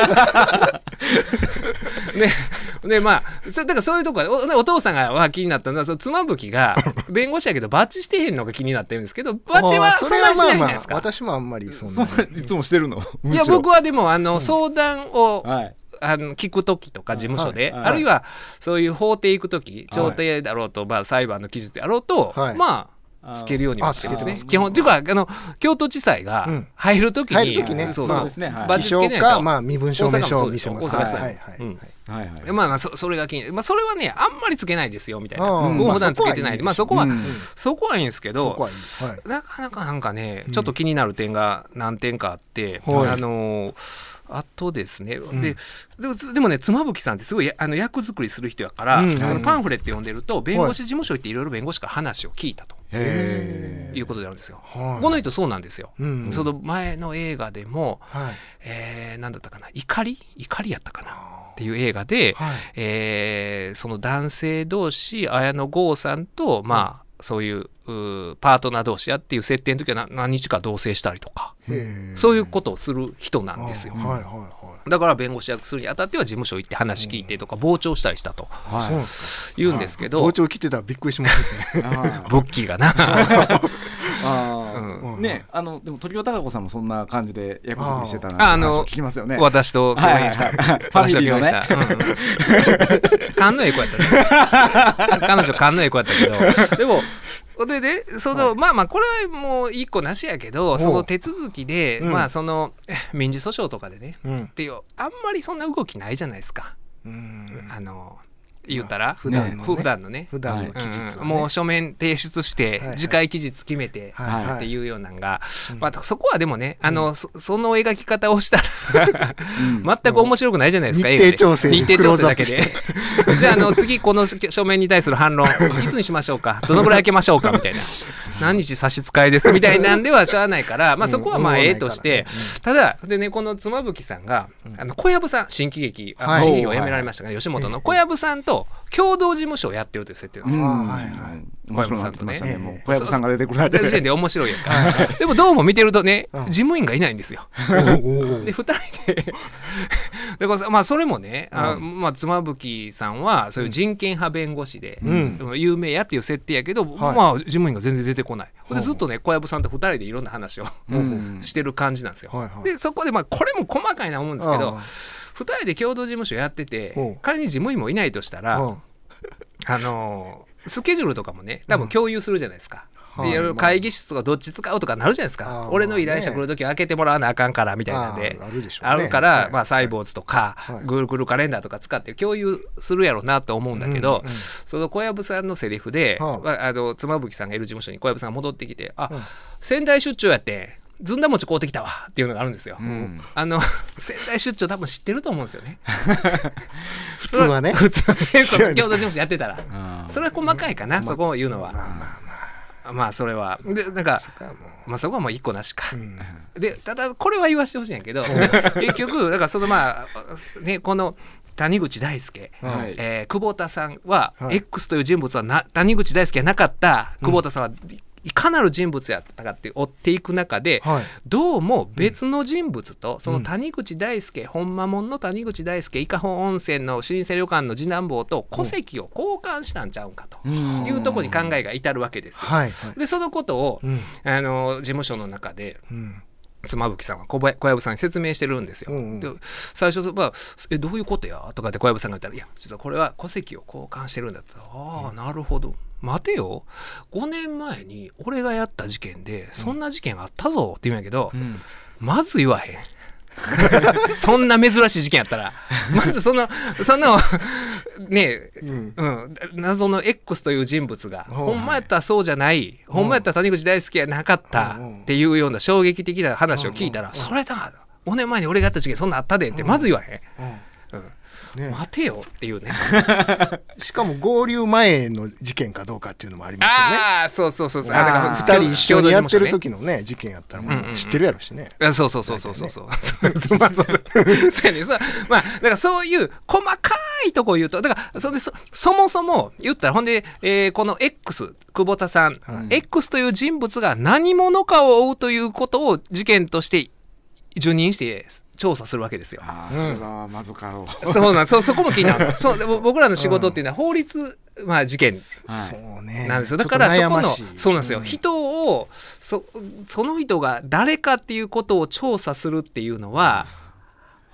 Speaker 2: ねでまあそだからそういうとこお, お父さんがは気になったのはその妻夫木が弁護士やけどバッチしてへんのが気になってるんですけどバッチはそんなにしないじゃないですか。
Speaker 3: 私もあんまりそんな
Speaker 4: そんないつもしてるの
Speaker 2: いや僕はでもあの、うん、相談を、はいあの聞く時とか事務所で、
Speaker 4: はい
Speaker 2: あるいはそういう法廷行く時調停だろうと、まあ、裁判の期日であろうと、
Speaker 3: はい
Speaker 2: まあつけるようにはしてるんですね。
Speaker 3: あつけてます
Speaker 2: 基本っていうかあの京都地裁が入るときに、
Speaker 3: 入る時ね、
Speaker 2: そう
Speaker 3: まあ
Speaker 4: そうですねはい
Speaker 2: バッ
Speaker 3: 偽
Speaker 2: ジつけないと
Speaker 3: 証か、まあ、身分証明書を見せます。
Speaker 2: 大阪もそう
Speaker 3: はい
Speaker 2: ですよ
Speaker 3: はいはい
Speaker 2: うん
Speaker 4: はいはい
Speaker 2: まあまあ そ, それが気に、まあ、それはねあんまりつけないですよみたいな、
Speaker 3: あー
Speaker 2: 僕も普段つけてないんで、まあ、そこは、
Speaker 4: うん
Speaker 2: そこはいいんですけ
Speaker 3: そ
Speaker 2: ど
Speaker 3: こはいい。はい。
Speaker 2: なかなかなんかねちょっと気になる点が何点かあって、
Speaker 3: はい
Speaker 2: あのーあとですね、
Speaker 3: ん
Speaker 2: ででもでもね妻夫木さんってすごいあの役作りする人やから、
Speaker 3: うん
Speaker 2: あのパンフレット読んでると弁護士事務所行っていろいろ弁護士から話を聞いたと
Speaker 4: へ
Speaker 2: いうことであるんですよ。
Speaker 3: はい
Speaker 2: この人そうなんですよ、
Speaker 3: うん
Speaker 2: その前の映画でも、
Speaker 3: はい。
Speaker 2: えー、なんだったかな怒り怒りやったかなっていう映画で、
Speaker 3: はい。
Speaker 2: えーその男性同士綾野剛さんとまあ、そういううーパートナー同士やっていう設定の時はな何日か同棲したりとか、
Speaker 3: へー
Speaker 2: そういうことをする人なんですよ。
Speaker 3: あはいはいはい。
Speaker 2: だから弁護士役するにあたっては事務所行って話聞いてとか傍聴したりしたと
Speaker 4: はい
Speaker 3: そうなんですか。
Speaker 2: 言うんですけど、
Speaker 3: 包丁切ってたらびっくりしますね。
Speaker 4: あ
Speaker 2: ボッキーがな
Speaker 4: あ
Speaker 3: うん
Speaker 4: ねあのでも時尾孝子さんもそんな感じで役作りしてたなって
Speaker 2: ああの
Speaker 4: 話を聞きますよね。
Speaker 2: 私と共演した、
Speaker 4: はいはいはいファミリーのね
Speaker 2: 私と共演したうん勘のええ子やったね彼女勘のええ子やったけどでもででその、
Speaker 3: はい
Speaker 2: まあまあこれはもう一個なしやけどその手続きで、
Speaker 3: うん
Speaker 2: まあその民事訴訟とかでね
Speaker 3: うん
Speaker 2: っていうあんまりそんな動きないじゃないですか、
Speaker 3: うん
Speaker 2: あの言うたら、
Speaker 3: 普段のね
Speaker 2: 普段のね
Speaker 3: 普段の期日はね
Speaker 2: うんもう書面提出して、
Speaker 3: はいはい
Speaker 2: 次回期日決めて、
Speaker 3: はいはい
Speaker 2: っていうようなのが、
Speaker 3: うん
Speaker 2: まあ、そこはでもねあの、そその描き方をしたら
Speaker 4: うん
Speaker 2: 全く面白くないじゃないですか、
Speaker 3: 日程
Speaker 2: 映画で
Speaker 3: 調整で
Speaker 2: 日程調整だけ
Speaker 3: クロ
Speaker 2: でじゃああの次この書面に対する反論いつにしましょうかどのぐらい開けましょうかみたいな何日差し支えですみたいなんではしゃあないから、まあ、そこはまあ
Speaker 3: うん
Speaker 2: ええとして、ただでねこの妻夫木さんが、あの小籔さん新喜劇あ、
Speaker 3: はい
Speaker 2: 新喜劇を辞められましたが、吉本の小籔さんと共同事務所をやってるという設定なんですよ。
Speaker 3: あはいはい
Speaker 4: 面白くなってましたね。
Speaker 3: 小籔さんとね
Speaker 4: もう小籔さんが出てくられて
Speaker 2: で時点で面白いやんかでもどうも見てるとね、
Speaker 3: うん
Speaker 2: 事務員がいないんですよ。
Speaker 3: おうおう
Speaker 2: でふたりででこれまあそれもね、あまあ、妻夫木さんはそういう人権派弁護士で、
Speaker 3: うん
Speaker 2: でも有名やっていう設定やけど、
Speaker 3: はい
Speaker 2: まあ事務員が全然出てこない。
Speaker 3: うん
Speaker 2: でずっとね小籔さんとふたりでいろんな話を
Speaker 4: うん
Speaker 2: してる感じなんですよ。
Speaker 3: はいはい
Speaker 2: でそこでまあこれも細かいな思うんですけど
Speaker 3: あ
Speaker 2: ふたりで共同事務所やってて
Speaker 3: うん
Speaker 2: 仮に事務員もいないとしたら、
Speaker 3: うん
Speaker 2: あのースケジュールとかもね多分共有するじゃないですか。
Speaker 3: うん
Speaker 2: でいろいろ
Speaker 3: はい
Speaker 2: 会議室とかどっち使うとかなるじゃないですか、
Speaker 3: あー
Speaker 2: 俺の依頼者来るときは開けてもらわなあかんからみたいなんで
Speaker 3: あーあるでしょうね
Speaker 2: あるから、
Speaker 3: はい
Speaker 2: まあ、サイボーズとか、
Speaker 3: はい
Speaker 2: Google カレンダーとか使って共有するやろうなと思うんだけど、
Speaker 3: うんうん
Speaker 2: その小籔さんのセリフで、
Speaker 3: はあ
Speaker 2: まあ、あの妻夫木さんがいる事務所に小籔さんが戻ってきて「あ、
Speaker 3: うん
Speaker 2: 仙台出張やってずんだ餅買うてきたわ」っていうのがあるんですよ。
Speaker 4: うん
Speaker 2: あの仙台出張多分知ってると思うんですよね。
Speaker 3: 普通はね
Speaker 2: 普通はねその共同事務所やってたら
Speaker 4: あー
Speaker 2: それは細かいかな、そこを言うのは。
Speaker 3: まあまあ
Speaker 2: まあそれはでなんか
Speaker 3: そこはも
Speaker 2: まあそこはもう一個なしか、
Speaker 3: ううん
Speaker 2: でただこれは言わせてほしいんやけど結局だからそのまあねこの谷口大輔、
Speaker 4: はい
Speaker 2: えー久保田さんは、
Speaker 3: はい
Speaker 2: X という人物はな谷口大輔はなかった久保田さんは、いかなる人物やったかって追っていく中で、
Speaker 3: はい
Speaker 2: どうも別の人物と、その谷口大輔、ほんまもんの谷口大輔伊香保温泉の老舗旅館の次男坊と戸籍を交換したんちゃうんかと
Speaker 4: うん
Speaker 2: いうところに考えが至るわけですよ。
Speaker 3: はいはい
Speaker 2: でそのことを、
Speaker 3: うん
Speaker 2: あの事務所の中で
Speaker 3: うん
Speaker 2: 妻夫木さんは小小籔さんに説明してるんですよ。
Speaker 3: うんうん
Speaker 2: で最初、まあ「えどういうことや?」とかって小籔さんが言ったら「いや実はこれは戸籍を交換してるんだ」って「ああなるほど待てよごねんまえに俺がやった事件でそんな事件あったぞ」って言うんやけど、
Speaker 4: うん
Speaker 2: まず言わへん。そんな珍しい事件やったらまずそのそのねえ、
Speaker 3: うん
Speaker 2: うん、謎の X という人物が、
Speaker 3: はい
Speaker 2: ほんまやったらそうじゃない、ほんまやったら谷口大輔やなかったっていうような衝撃的な話を聞いたら、それだごねんまえに俺がやった事件そんなあったでってまず言わへん、うん
Speaker 3: ね
Speaker 2: 待てよっていうね
Speaker 3: しかも合流前の事件かどうかっていうのもありますよね。
Speaker 2: ああそうそうそうそう
Speaker 4: あー
Speaker 2: だから
Speaker 3: ふたり一緒にやってる
Speaker 2: 共同事務所ね
Speaker 3: 時のね事件やったら
Speaker 2: うんうんう
Speaker 3: もうん知ってるやろしね。
Speaker 2: あそうそうそうそうそうそう。そうまあそうそうやねそうまあだからそういう細かいとこを言うとだからそれでそそもそも言ったらほんで、えーこの X 久保田さん、
Speaker 3: はい
Speaker 2: X という人物が何者かを追うということを事件として受任して調査するわけですよ。
Speaker 4: ああそれはまずかろう。
Speaker 2: そうなんそそこも気になるのそうで僕らの仕事っていうのは法律、まあ、事件
Speaker 4: はい
Speaker 3: そうね。
Speaker 2: なんですよだからそこの
Speaker 3: ちょっと悩ましい
Speaker 2: そうなんですよ、
Speaker 3: ん
Speaker 2: 人をそその人が誰かっていうことを調査するっていうのは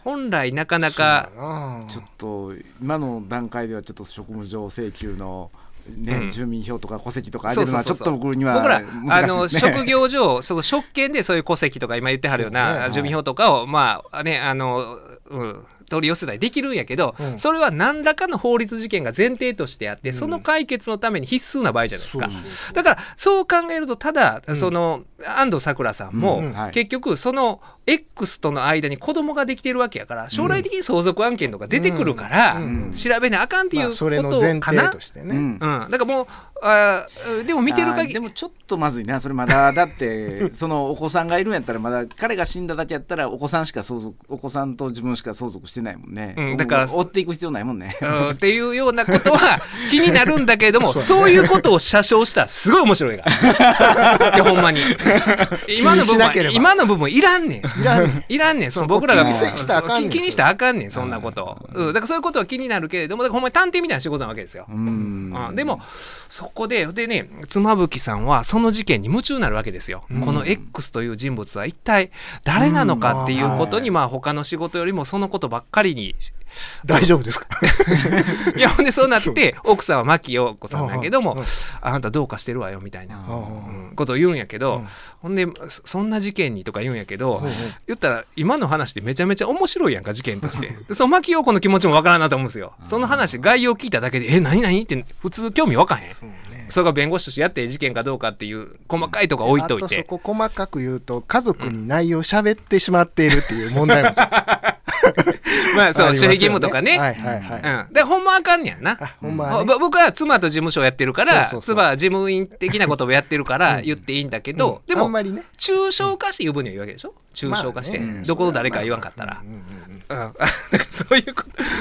Speaker 2: 本来なかなか
Speaker 4: ちょっと今の段階ではちょっと職務上請求のね、うん、住民票とか戸籍とかあげるのはちょっと僕には
Speaker 2: 僕ら
Speaker 4: 難しいですね。
Speaker 2: あの職業上その職権でそういう戸籍とか今言ってはるような、ね、住民票とかをまあねあの、うん、取り寄せたりできるんやけど、うん、それは何らかの法律事件が前提としてあって、うん、その解決のために必須な場合じゃないですか、うん、だからそう考えるとただ、うん、その安藤サクラさんも、うんはい、結局その X との間に子供ができてるわけやから将来的に相続案件とか出てくるから、うんうんうん、調べなあかんっていうことかな、まあ、それの前提としてね、うんうん、だからもうあでも見てる限り
Speaker 4: でもちょっとまずいなそれまだだってそのお子さんがいるんやったらまだ彼が死んだだけやったらお子さんしか相続お子さんと自分しか相続してないもんね、うん、だから追っていく必要ないもんね、
Speaker 2: うん、っていうようなことは気になるんだけれどもそういうことを写生したらすごい面白いからいやほんまに今の部分は今の部分いらんねんいらんねんいらんねんその僕らが気にしたらあかんねん気にしたらあかんねんそんなこと、うん、だからそういうことは気になるけれどもだからほんまに探偵みたいな仕事なわけですよ、うんうん、でもそこででね妻夫木さんはその事件に夢中になるわけですよ、うん、この X という人物は一体誰なのかっていうことに、うん、まあ他の仕事よりもそのことばっかりに
Speaker 3: 大丈夫ですか
Speaker 2: いやほんでそうなって奥さんは牧陽子さんだけども あ, あなたどうかしてるわよみたいな、うん、ことを言うんやけど、うん、ほんでそんな事件にとか言うんやけど、うん、言ったら今の話ってめちゃめちゃ面白いやんか事件としてその牧陽子の気持ちもわからんなと思うんですよその話概要聞いただけでえ何何って普通興味わかへんそう、ね、それが弁護士としてやって事件かどうかっていう細かいとこ置いといてあと
Speaker 3: そこ細かく言うと家族に内容喋ってしまっているっていう問題もちょっと
Speaker 2: まあそう、守秘義務とかね。はいはいはい。うん。で、ほんまあかんねやんな。ほんま、ね、僕は妻と事務所をやってるから、そうそうそう妻は事務員的なことをやってるから言っていいんだけど、うん、でも、あんまりね、抽象化して呼ぶには言うわけでしょ抽象化して、まあね、どこの誰か言わんかったら。うん。そういうこと。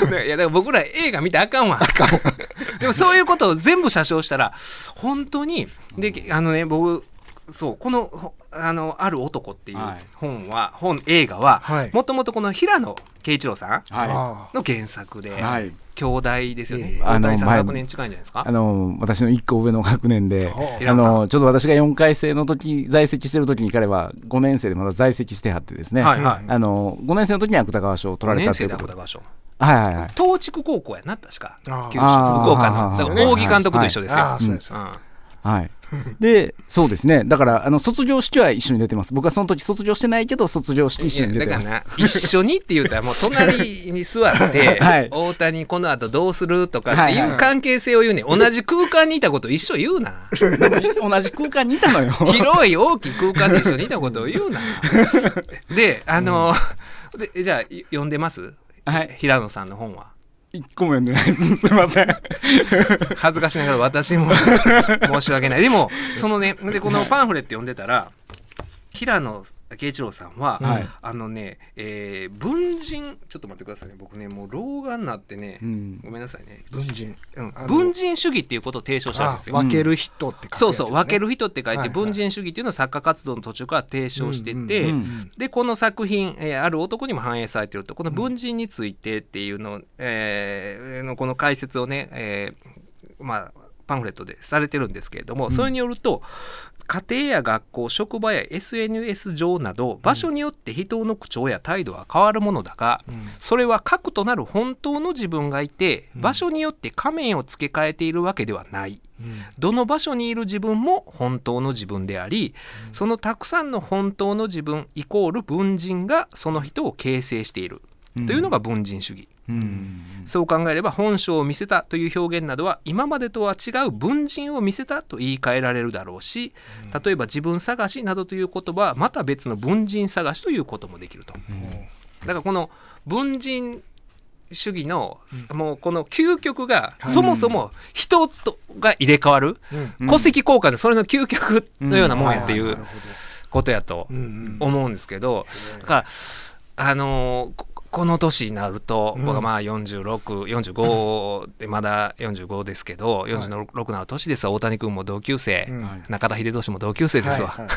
Speaker 2: いや、だから僕ら映画見てあかんわ。あかんわ。でもそういうことを全部写真したら、本当に、で、あのね、僕、そうこの あの「ある男」っていう本は、はい、本映画はもともとこの平野啓一郎さんの原作で、はい、兄弟ですよね、あの大体さん学年近いんじゃないですか。
Speaker 4: あの私のいっこ上の学年で、あのちょっと私がよんかい生の時在籍してる時に彼はごねん生でまだ在籍してはってですね、はいはい、あのごねん生の時に芥川賞を取られたっていうことで、ごねん生で芥川賞、はいはいはい、
Speaker 2: 東筑高校やな確か九州福岡の大木監督と一緒ですよ、はいはいはいうん
Speaker 4: はい、でそうですねだからあの卒業式は一緒に出てます。僕はその時卒業してないけど卒業式一緒に出てます。
Speaker 2: だからな一緒にって言うたらもう隣に座って、はい、大谷この後どうするとかっていう関係性を言うね、はいはい、同じ空間にいたことを一緒言うな
Speaker 4: 同じ空間にいたのよ
Speaker 2: 広い大きい空間で一緒にいたことを言うなであの、うん、でじゃあ読んでます、はい、平野さんの本は
Speaker 4: 一個も読んでないですすいません
Speaker 2: 恥ずかしながら私も申し訳ない。でもそのねでこのパンフレット読んでたら平野啓一郎さんは、はい、あのね、えー、文人ちょっと待ってくださいね僕ねもう老眼になってね、うん、ごめんなさいね
Speaker 3: 文人、
Speaker 2: うん、文人主義っていうことを提唱したんですよ。
Speaker 3: 分ける人って書いて、ね、
Speaker 2: そうそう分ける人って書いて、はいはい、文人主義っていうのを作家活動の途中から提唱してて、うんうんうん、でこの作品、えー、ある男にも反映されてるとこの文人についてっていうの、うんえー、のこの解説をね、えー、まあパンフレットでされてるんですけれども、うん、それによると家庭や学校職場や エスエヌエス 上など場所によって人の口調や態度は変わるものだが、うん、それは核となる本当の自分がいて、うん、場所によって仮面を付け替えているわけではない、うん、どの場所にいる自分も本当の自分であり、うん、そのたくさんの本当の自分イコール文人がその人を形成している、うん、というのが文人主義。うん、そう考えれば本性を見せたという表現などは今までとは違う文人を見せたと言い換えられるだろうし、例えば自分探しなどという言葉はまた別の文人探しということもできると、うん、だからこの文人主義の、うん、もうこの究極が、うん、そもそも人とが入れ替わる、うん、戸籍交換でそれの究極のようなもんやっていうことやと思うんですけど、だからあのーこの年になると、うん、僕はまあよんじゅうろく、よんじゅうごでまだよんじゅうごですけど、よんじゅうろくな年ですわ。大谷君も同級生、うん、中田英寿も同級生ですわ、はいはい、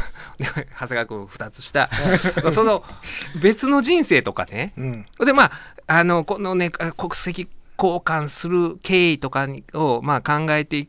Speaker 2: で長谷川君ふたつ下その別の人生とかね、うん、でまああのこのね国籍交換する経緯とかをまあ考えていく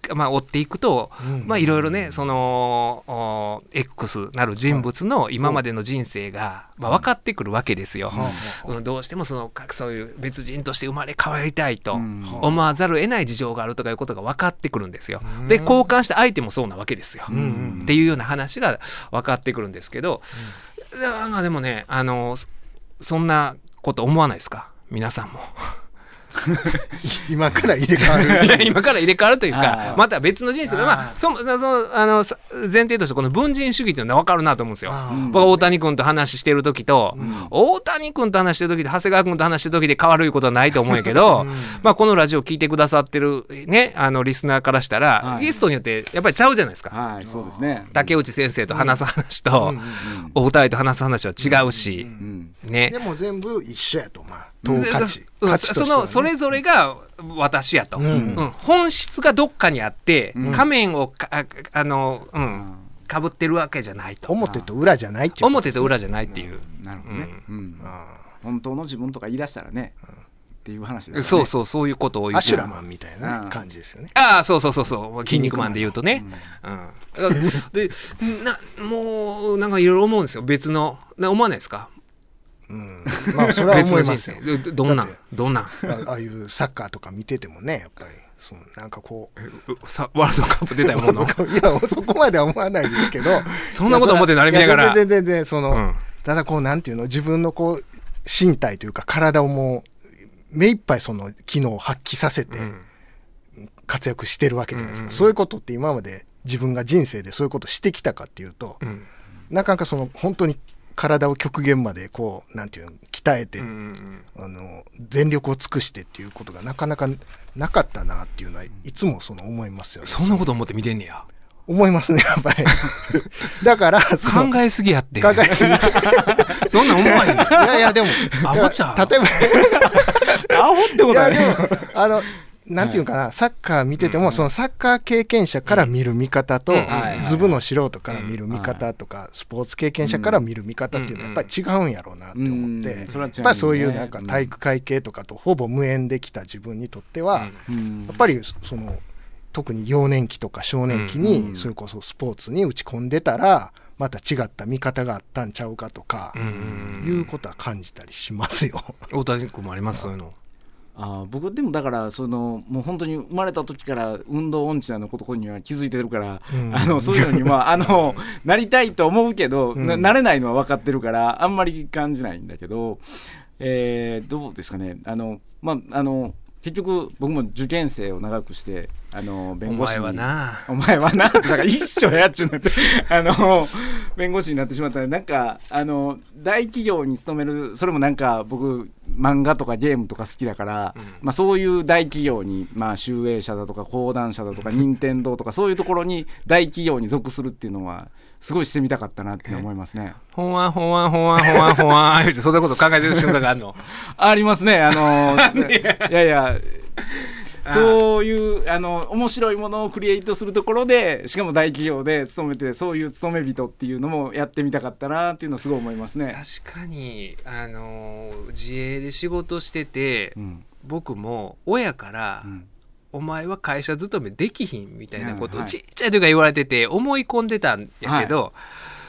Speaker 2: まあ、追っていくと、うんまあ、いろいろねその X なる人物の今までの人生が、まあ、分かってくるわけですよ、うん、どうしてもそのそういう別人として生まれ変わりたいと思わざるを得ない事情があるとかいうことが分かってくるんですよ。で交換した相手もそうなわけですよ、うん、っていうような話が分かってくるんですけど、うん、なんかでもねあのそんなこと思わないですか皆さんも
Speaker 3: 今から入れ替わる
Speaker 2: いや今から入れ替わるというかまた別の人生でまあそそのあの前提としてこの文人主義というのは分かるなと思うんですよ。僕は大谷君と話してる時と、うん、大谷君と話してる時と長谷川君と話してる時で変わることはないと思うんやけど、うんまあ、このラジオ聞いてくださってる、ね、あのリスナーからしたら、はい、ゲストによってやっぱりちゃうじゃないですか、
Speaker 4: はい、そうですね、
Speaker 2: 竹内先生と話す話と、うん、お二人と話す話は違うし、うんうんね、
Speaker 3: でも全部一緒やとまあ価値価値としてはね、
Speaker 2: そのそれぞれが私やと、うんうん、本質がどっかにあって、うん、仮面をかあの、うん、かぶってるわけじゃないと
Speaker 3: 表と裏じゃないっていう、ね、
Speaker 2: 表と裏じゃないっていう、
Speaker 4: うん、なるほどね、うんうん、本当の自分とか言い出したらね、うん、っていう話ですね。
Speaker 2: そうそうそういうことを言う
Speaker 3: アシュラマンみたいな感じですよね。
Speaker 2: ああそうそうそうそう筋肉マンで言うとね、うんうん、でなもうなんかいろいろ思うんですよ別のな思わないですか。
Speaker 3: うん、まあそれは思いますよ
Speaker 2: どんなどんな
Speaker 3: あ, ああいうサッカーとか見ててもねやっぱりそのなんかこ
Speaker 2: うさワールドカップ出たいものい
Speaker 3: やそこまでは思わないですけど
Speaker 2: そんなこと思ってなり見ながら
Speaker 3: 全然全然その、うん、ただこうなんていうの自分のこう身体というか体をもう目いっぱいその機能を発揮させて活躍してるわけじゃないですか、うんうんうん、そういうことって今まで自分が人生でそういうことしてきたかっていうと、うん、なかなかその本当に体を極限までこうなんていうの鍛えて、うんうん、あの全力を尽くしてっていうことがなかなかなかったなっていうのはいつもその思いますよね。
Speaker 2: そんなこと思って見てんねや。
Speaker 3: 思いますねやっぱりだからその
Speaker 2: 考えすぎやって
Speaker 3: 考えすぎ
Speaker 2: そんなん思わへんねん。い
Speaker 3: やいやでも
Speaker 2: アホちゃう
Speaker 3: 例えば
Speaker 4: アホってことはね
Speaker 3: いやでもあのなんていうかな、はい、サッカー見てても、うん、そのサッカー経験者から見る見方と、うん、ズブの素人から見る見方とか、うん、スポーツ経験者から見る見方っていうのはやっぱり違うんやろうなって思って、うん、やっぱりそういうなんか体育会系とかとほぼ無縁できた自分にとっては、うん、やっぱりその特に幼年期とか少年期にそれこそスポーツに打ち込んでたらまた違った見方があったんちゃうかとかいうことは感じたりしますよ。
Speaker 2: 大谷君もありますそういうの。
Speaker 4: あ僕でもだからそのもう本当に生まれた時から運動音痴なのことには気づいてるから、うん、あのそういうのにはあのなりたいと思うけど、うん、な, なれないのは分かってるからあんまり感じないんだけど、えー、どうですかねあのまああの結局僕も受験生を長くしてあの弁護士に
Speaker 2: お前はな
Speaker 4: お前はなだから一緒やっちゅうなってあの弁護士になってしまったらなんかあの大企業に勤めるそれもなんか僕漫画とかゲームとか好きだから、うんまあ、そういう大企業に、まあ、集英社だとか講談社だとか任天堂とかそういうところに大企業に属するっていうのはすごいしてみたかったなって思いますね。
Speaker 2: ほんわんほんわんほんわんほんわんほんわんってそんなこと考えてる瞬間があるの
Speaker 4: ありますねあのいやいやそういうあの面白いものをクリエイトするところでしかも大企業で勤めてそういう勤め人っていうのもやってみたかったなっていうのはすごい思いますね。
Speaker 2: 確かにあの自営で仕事してて、うん、僕も親から、うんお前は会社勤めできひんみたいなことをちっちゃい時から言われてて思い込んでたんやけど、はい、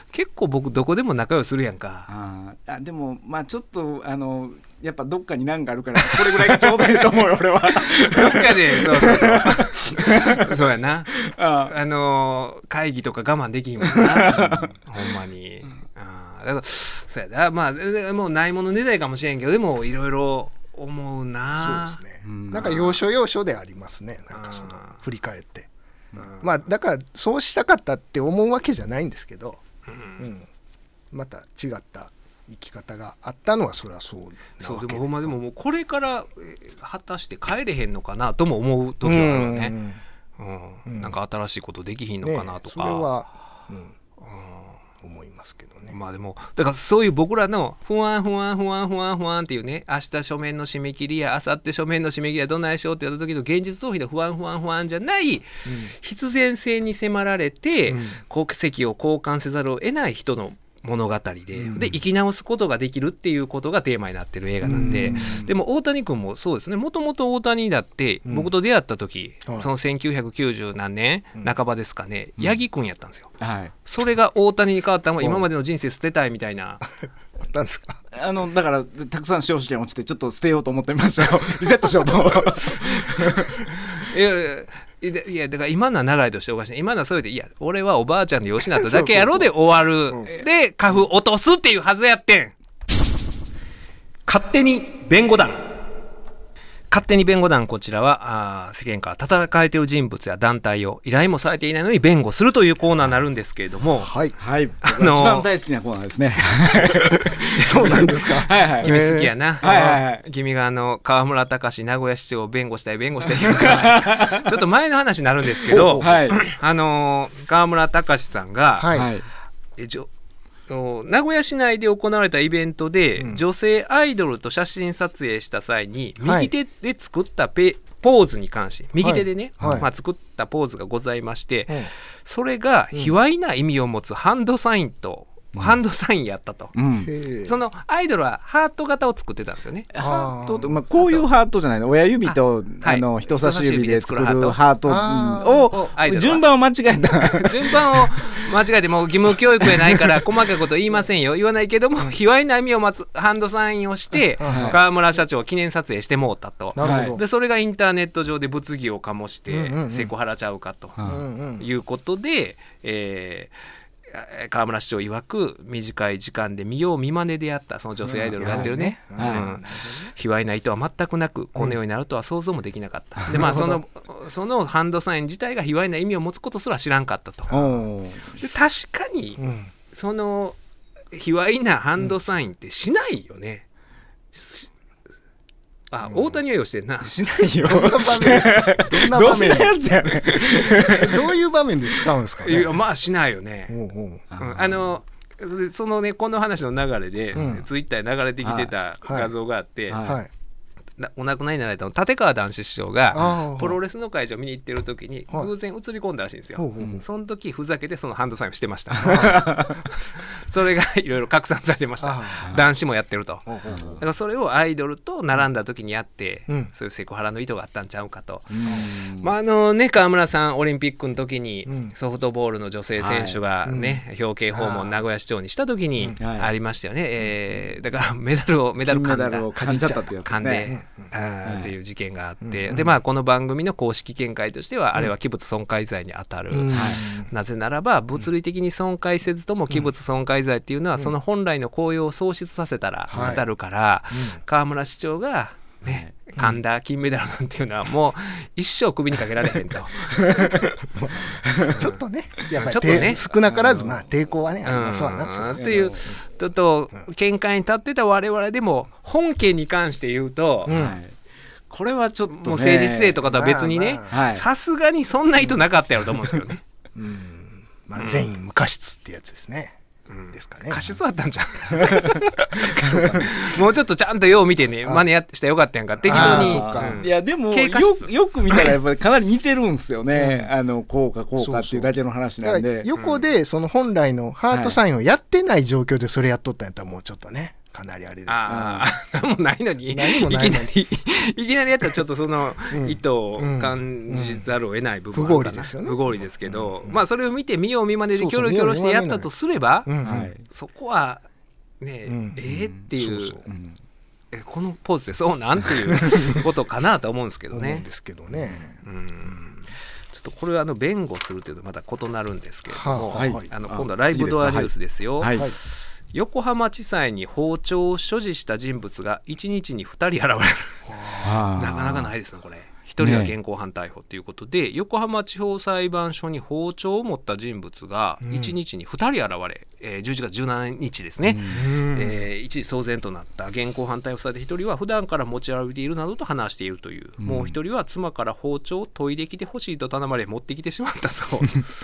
Speaker 2: 結構僕どこでも仲良くするやんか。
Speaker 4: ああでもまあちょっとあのやっぱどっかに何かあるからこれぐらいがちょうどいいと思うよ俺は
Speaker 2: どっかでそうそうそうそうやなああの会議とか我慢できひんもんなほんまに、うん、あだからそうやなまあもうないものねだりかもしれんけどでもいろいろ思うな。
Speaker 3: そうですね、うん、なんか要所要所でありますねなんかその振り返って、うん、まあだからそうしたかったって思うわけじゃないんですけど、うんうん、また違った生き方があったのはそれはそうなわけで。
Speaker 2: そうでもほんまでももうこれから果たして帰れへんのかなとも思う時はあるよね、うんうんうん、なんか新しいことできひんのかなとか、
Speaker 3: ね、それは、うんうん、思いますけどね。
Speaker 2: まあでもだからそういう僕らのふわんふわんふわんふわんふわんっていうね明日書面の締め切りや明後日書面の締め切りやどないしようってやった時の現実逃避の不安不安不安じゃない、うん、必然性に迫られて、うん、国籍を交換せざるを得ない人の物語で、うん、で生き直すことができるっていうことがテーマになってる映画なんで、うん、でも大谷君もそうですね、もともと大谷だって僕と出会った時、うん、そのせんきゅうひゃくきゅうじゅうなんねん半ばですかね、うん、八木君やったんですよ、はい、それが大谷に変わったのが今までの人生捨てたいみたいな
Speaker 3: あったんですか。
Speaker 4: あのだからたくさん司法試験落ちてちょっと捨てようと思ってましたよリセットしようと
Speaker 2: いやいやいやだから今のは流れとしておかしい。今のはそれでいや俺はおばあちゃんで養っただけやろで終わるそうそうそう、うん、でカフ落とすっていうはずやってん。勝手に弁護団勝手に弁護団、こちらはあ世間から叩かれている人物や団体を依頼もされていないのに弁護するというコーナーになるんですけれども、
Speaker 4: はい、はい、あのー、一番大好きなコーナーですね
Speaker 3: そうなんですか
Speaker 2: はい、はい、君好きやな、はいはいはい、君があの川村隆名古屋市長を弁護したい弁護したい言うからちょっと前の話になるんですけど、はい、あのー、川村隆さんが、はい、えじょ名古屋市内で行われたイベントで、うん、女性アイドルと写真撮影した際に右手で作ったペポーズに関して右手でね、はいまあ、作ったポーズがございまして、はい、それが卑猥な意味を持つハンドサインと、うん、ハンドサインやったと、うん、そのアイドルはハート型を作ってたんですよね。
Speaker 4: ハートと、まあ、こういうハートじゃないの、親指とあ、あの、はい、人差し指で作るハートを順番を間違えた
Speaker 2: 順番を間違えて、もう義務教育やないから細かいこと言いませんよ、言わないけども卑猥な意味を持つハンドサインをして川村社長記念撮影してもうたと、はい、でそれがインターネット上で物議を醸して、うんうんうん、セクハラちゃうかと、うんうん、いうことで、えー川村市長曰く短い時間で見よう見まねでやったその女性アイドルがやってるね、うんうん、卑猥な意図は全くなくこのようになるとは想像もできなかった、うん、でまあそのそのハンドサイン自体が卑猥な意味を持つことすら知らんかったと。で確かに、うん、その卑猥なハンドサインってしないよね、うんあ、大谷はよしてんな。
Speaker 4: しないよ。どんな場
Speaker 3: 面どんな場面
Speaker 4: どんなやつやね
Speaker 3: どういう場面で使うんですかね。
Speaker 2: いやまあしないよね。おうおう、うん、あのそのねこの話の流れで、うん、ツイッターに流れてきてた画像があって、はいはいはい、お亡くなりになられたの立川談志師匠がプロレスの会場を見に行ってる時に偶然映り込んだらしいんですよ、はい、その時ふざけてそのハンドサインをしてましたそれがいろいろ拡散されてました。談志もやってると。だからそれをアイドルと並んだ時にやって、うん、そういうセクハラの意図があったんちゃうかと、うんまああのね、川村さんオリンピックの時にソフトボールの女性選手がね、はい、表敬訪問名古屋市長にした時にありましたよね、はいえー、だからメダルをメダル
Speaker 4: 噛んだ噛んじゃったってやつ
Speaker 2: 噛んで、あっていう事件があって、うん、でまあこの番組の公式見解としては、うん、あれは器物損壊罪に当たる、うん、なぜならば物理的に損壊せずとも器物損壊罪っていうのは、うん、その本来の効用を喪失させたら当たるから、はいうん、川村市長がね、噛んだ金メダルなんていうのはもう一生首にかけられへんと
Speaker 3: ちょっとねやっぱりちょっと、ね、少なからずまあ抵抗はね、うん、ありますわな
Speaker 2: っていうちょっと見解に立ってた我々でも本件に関して言うと、うんはい
Speaker 4: これはちょっと、ね、もう
Speaker 2: 政治姿勢とかとは別にねさすがにそんな意図なかったやろと思うんですけどね
Speaker 3: うんまあ善意無過失ってやつですね、うん、ですかね。
Speaker 2: 過失はあったんじゃんもうちょっとちゃんとよう見てね真似やしたらよかったやんか適当に、
Speaker 4: うん、いやでも よ, よく見たらやっぱりかなり似てるんですよね、うん、あのこうかこうかっていうだけの話なんで、
Speaker 3: そうそう横でその本来のハートサインをやってない状況でそれやっとったんやったらもうちょっとねかなりあれですね。
Speaker 2: あ何もないのに
Speaker 3: 何もないのに
Speaker 2: いきなりいきなりやったらちょっとその意図を感じざるを得ない部分
Speaker 3: はあるかな、うんうん、不合理ですよね。
Speaker 2: 不合理ですけど、うんうん、まあそれを見て見よう見まねでキョロキョロしてやったとすればそうそう、うんうん、そこはね、うん、えー、っていう、そうそう、うん、えこのポーズでそうなんていうことかなと思うんですけどね。
Speaker 3: 思うんですけどね、うんうん
Speaker 2: ちょっとこれはあの弁護するというとまた異なるんですけれども、
Speaker 3: はあはい、
Speaker 2: あの今度はライブドアニュースですよ。はいはい、横浜地裁に包丁を所持した人物がいちにちにふたり現れるなかなかないですねこれ。ひとりは現行犯逮捕ということで、ね、横浜地方裁判所に包丁を持った人物がいちにちにふたり現れ、えー、じゅういちがつじゅうしちにちですね、えー、一時騒然となった現行犯逮捕されたひとりは普段から持ち歩いているなどと話しているという、うん、もうひとりは妻から包丁を研いできてほしいと頼まれ持ってきてしまったそう、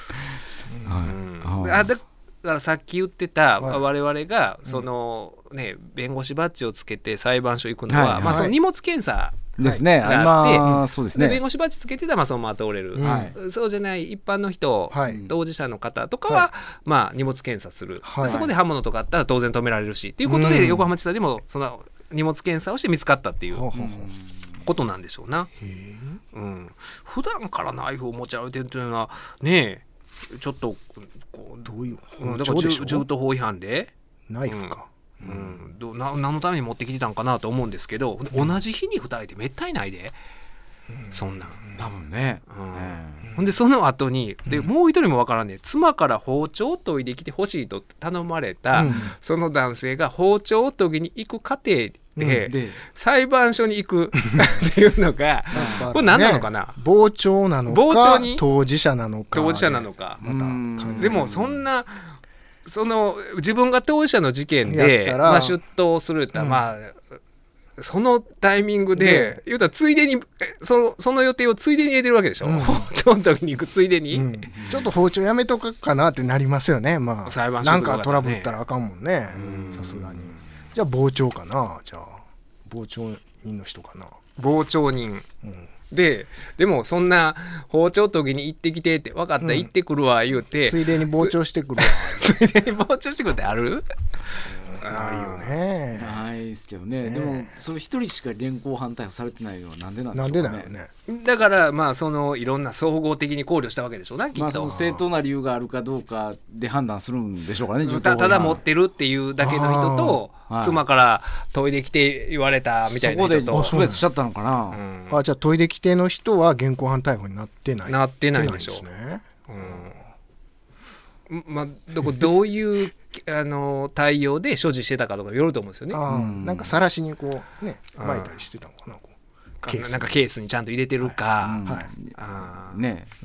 Speaker 2: うん、あだからさっき言ってた我々がその、ね、弁護士バッジをつけて裁判所行くのは、はいはいまあ、その荷物検査
Speaker 4: ですね、
Speaker 2: があって、
Speaker 4: まあそうですね、
Speaker 2: で弁護士バッジつけてたらまあそのまま通れる、はい、そうじゃない一般の人、はい、当事者の方とかは、はい、まあ、荷物検査する、はい、そこで刃物とかあったら当然止められるしっていうことで、うん、横浜地裁でもその荷物検査をして見つかったっていうことなんでしょうな。うん、普段からナイフを持ち歩いてるというのはねえちょっとこうどういう、うん、だから銃刀法違反で
Speaker 3: ナイフか、
Speaker 2: うんうん、どな何のために持ってきてたんかなと思うんですけど、うん、同じ日にふたりでめったにないで、うん、そんなん
Speaker 4: 多分ね、
Speaker 2: うん、ほんでその後にで、うん、もう一人もわからんね妻から包丁を研いできてほしいと頼まれた、うん、その男性が包丁を研ぎに行く過程で、うん、で裁判所に行くっていうのがこれ何なのかな、
Speaker 3: 傍聴なのか傍聴に当事者なのか
Speaker 2: 当事者なのか、またでもそんなその自分が当事者の事件で、まあ、出頭するって、うん、まあそのタイミングで言うたらついでにその、その予定をついでに入れてるわけでしょ、うん、包丁の時に行くついでに、うん、
Speaker 3: ちょっと包丁やめとくかなってなりますよね、まあ、裁判所とかね、なんかトラブったらあかんもんね、さすがに。じゃあ傍聴かな、じゃあ傍聴人の人かな、
Speaker 2: 傍聴人、うん、ででもそんな包丁研ぎに行ってきてって分かった、うん、行ってくるわ言うて
Speaker 3: ついでに傍聴してくるわ
Speaker 2: ついでに傍聴してくるってある？
Speaker 3: ないよね。
Speaker 4: ないですけどね。でもそれ一人しか現行犯逮捕されてないのはなんでなんでしょうかね。
Speaker 3: なんでだよ
Speaker 2: ね。だからまあそのいろんな総合的に考慮したわけでしょうな、きっと。まあ、その
Speaker 4: 正当な理由があるかどうかで判断するんでしょうかね。
Speaker 2: た, ただ持ってるっていうだけの人と、はい、妻から研いできて言われたみたいな人と
Speaker 4: そこで区別しちゃったのかな。
Speaker 3: うん、あじゃあ研いできての人は現行犯逮捕になってない。
Speaker 2: なってないでしょう。ね。うん、まあどこどういうあの対応で所持してたかとかよると思うんですよね。
Speaker 3: あ、うん、なんか晒しにこうね巻いたりしてたのかな、こう
Speaker 2: ケースなんかケースにちゃんと入れてるか、はいはい、
Speaker 4: あね、うん、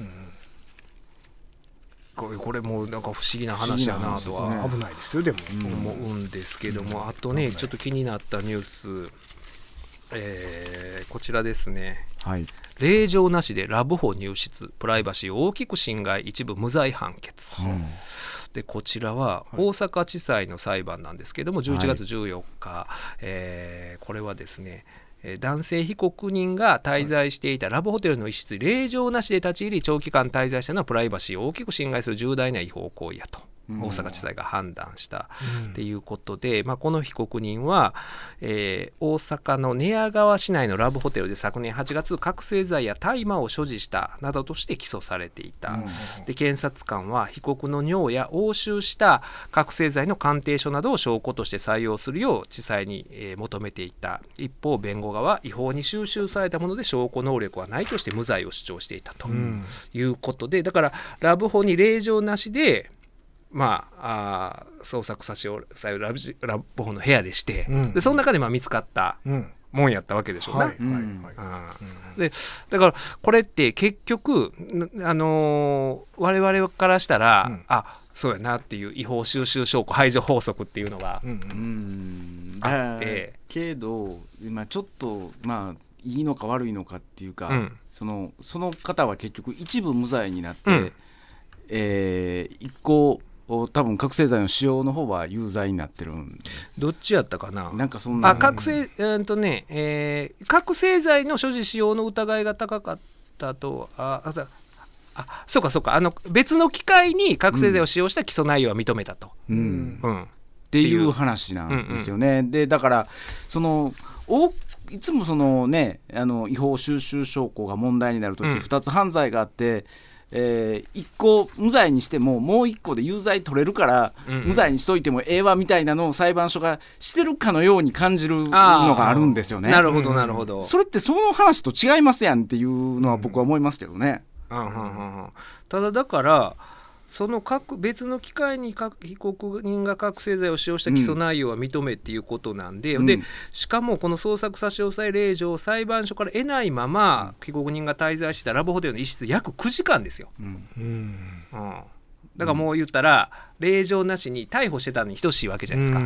Speaker 2: これこれもなんか不思議な話やなとは、
Speaker 3: ね、危ないですよでも、
Speaker 2: 思うんですけども、うん、あとねちょっと気になったニュース、えー、こちらですね、はい、令状なしでラブホ入室プライバシーを大きく侵害一部無罪判決、うん、でこちらは大阪地裁の裁判なんですけども、はい、じゅういちがつじゅうよっか、えー、これはですね男性被告人が滞在していたラブホテルの一室令状なしで立ち入り長期間滞在したのはプライバシーを大きく侵害する重大な違法行為やと大阪地裁が判断したということで、うんまあ、この被告人は、えー、大阪の寝屋川市内のラブホテルで昨年はちがつ覚醒剤や大麻を所持したなどとして起訴されていた、うん、で検察官は被告の尿や押収した覚醒剤の鑑定書などを証拠として採用するよう地裁に、えー、求めていた。一方弁護側は違法に収集されたもので証拠能力はないとして無罪を主張していたということで、だからラブホに令状なしでまあ、あ捜索差し押さえるラブラブホの部屋でして、うん、でその中でまあ見つかったもんやったわけでしょうね。でだからこれって結局、あのー、我々からしたら、うん、あそうやなっていう違法収集証拠排除法則っていうのがあって、
Speaker 4: けど、まあ、ちょっとまあいいのか悪いのかっていうか、うん、そのその方は結局一部無罪になって、うんえー、一個多分覚醒剤の使用の方は有罪になってるんで
Speaker 2: どっちやったかな。
Speaker 4: なんかそんな
Speaker 2: あ覚醒、えーとねえー、覚醒剤の所持使用の疑いが高かったとあああそうかそうかあの別の機会に覚醒剤を使用した起訴内容は認めたと、
Speaker 4: うんうん、っていう話なんですよね、うんうん、でだからそのおいつもそのねあの違法収集証拠が問題になるとき、うん、ふたつ犯罪があってえー、いっこ無罪にしてももういっこで有罪取れるから、うんうん、無罪にしといてもええわみたいなのを裁判所がしてるかのように感じるのがあるんですよね。
Speaker 2: なるほどなるほど。
Speaker 4: それってその話と違いますやんっていうのは僕は思いますけどね、
Speaker 2: うんうんうんうん、ただだからその各別の機会に被告人が覚醒剤を使用した起訴内容は認めっていうことなんで、うん、でしかもこの捜索差し押さえ令状を裁判所から得ないまま被告人が滞在してたラブホテルの一室約くじかんですよ、うんうん、だからもう言ったら令状なしに逮捕してたのに等しいわけじゃないですか、うん、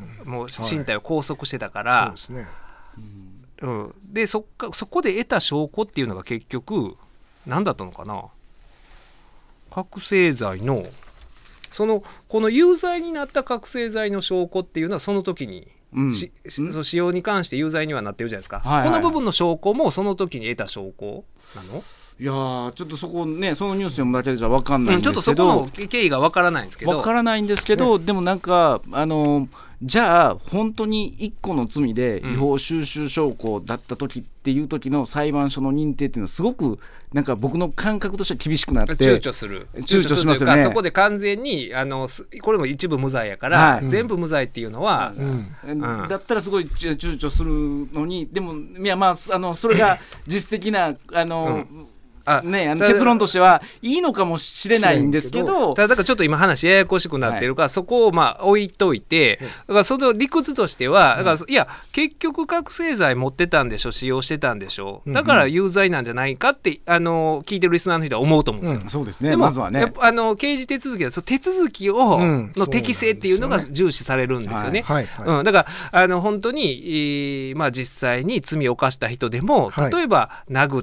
Speaker 2: もう身体を拘束してたから、はい、そうですね、うん、で そ, っかそこで得た証拠っていうのが結局何だったのかな。覚醒剤のそのこの有罪になった覚醒剤の証拠っていうのはその時にうん、しうん、使用に関して有罪にはなってるじゃないですか、
Speaker 4: はいはい、
Speaker 2: この部分の証拠もその時に得た証拠なの？
Speaker 4: いやーちょっとそこねそのニュース読むだけじゃ分かんないんですけど、うん、
Speaker 2: ちょっとそこの経緯が分からないんですけど
Speaker 4: 分からないんですけど、ね、でもなんかあのじゃあ本当にいっこの罪で違法収集証拠だった時っていう時の裁判所の認定っていうのはすごくなんか僕の感覚としては厳しくなって
Speaker 2: 躊躇する
Speaker 4: 躊躇しますよね。
Speaker 2: そこで完全にあのこれも一部無罪やから、はい、全部無罪っていうのは、
Speaker 4: うんうんうん、だったらすごい躊躇するのにでもいやまああのそれが実質的なあの、うんあね、あの結論としてはいいのかもしれないんですけど、
Speaker 2: ただだからちょっと今話ややこしくなってるから、はい、そこをまあ置いといて、だからその理屈としてはだから、うん、いや結局覚醒剤持ってたんでしょ使用してたんでしょだから有罪なんじゃないかってあの聞いてるリスナーの人は思うと思うんですよ、
Speaker 4: うん、そうですね。
Speaker 2: でも
Speaker 4: まずはね
Speaker 2: やっぱあの刑事手続きはその手続きを、うん、の適正っていうのが重視されるんですよね。はいはいはい、うん、だからあの本当に、えーまあ、実際に罪を犯した人でも、はい、例えば殴って、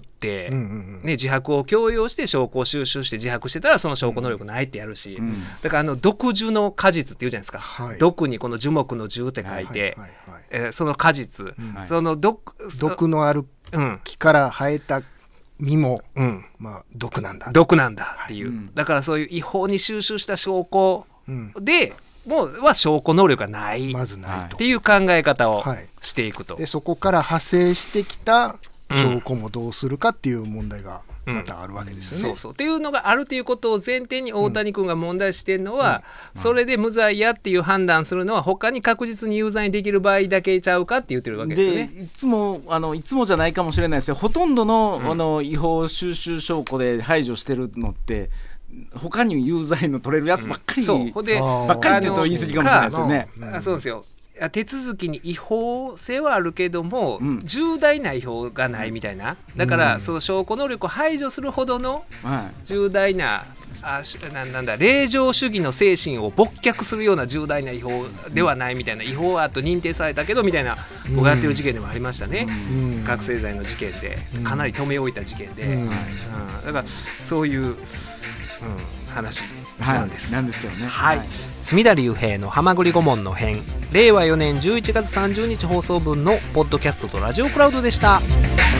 Speaker 2: うんうんうんね、自白を強要して証拠を収集して自白してたらその証拠能力ないってやるし、うん、だからあの毒樹の果実っていうじゃないですか、はい、毒にこの樹木の樹って書いて、はいはいはいえー、その果実、うん、その 毒,
Speaker 3: 毒のある木から生えた実も、うんまあ、毒なんだ
Speaker 2: 毒なんだっていう、はい、だからそういう違法に収集した証拠で、うん、もうは証拠能力がない、
Speaker 3: まずないと
Speaker 2: っていう考え方をしていくと、
Speaker 3: はい、でそこから派生してきた証拠もどうするかっていう問題がまたあるわけですよね、
Speaker 2: うん、そうそうっていうのがあるということを前提に大谷君が問題してるのは、うんうん、それで無罪やっていう判断するのは他に確実に有罪にできる場合だけちゃうかって言ってるわけですよね。
Speaker 4: でいつもあのいつもじゃないかもしれないですけどほとんど の,、うん、あの違法収集証拠で排除してるのって他に有罪の取れるやつばっかり、うん、そうでばっかりって言うと言い過ぎかもしれないですよね。
Speaker 2: あそうですよ手続きに違法性はあるけども、うん、重大な違法がないみたいなだから、うん、その証拠能力を排除するほどの重大な、はい、あな, なんだ令状主義の精神を没却するような重大な違法ではないみたいな違法はと認定されたけどみたいな僕がやってる事件でもありましたね、うん、覚醒剤の事件でかなり留め置いた事件で、うんうん、だからそういう、うん話なんです、
Speaker 4: はい、なんですけどね。
Speaker 2: はい。隅田隆平のはまぐり顧問の編、れいわよねんじゅういちがつさんじゅうにち放送分のポッドキャストとラジオクラウドでした。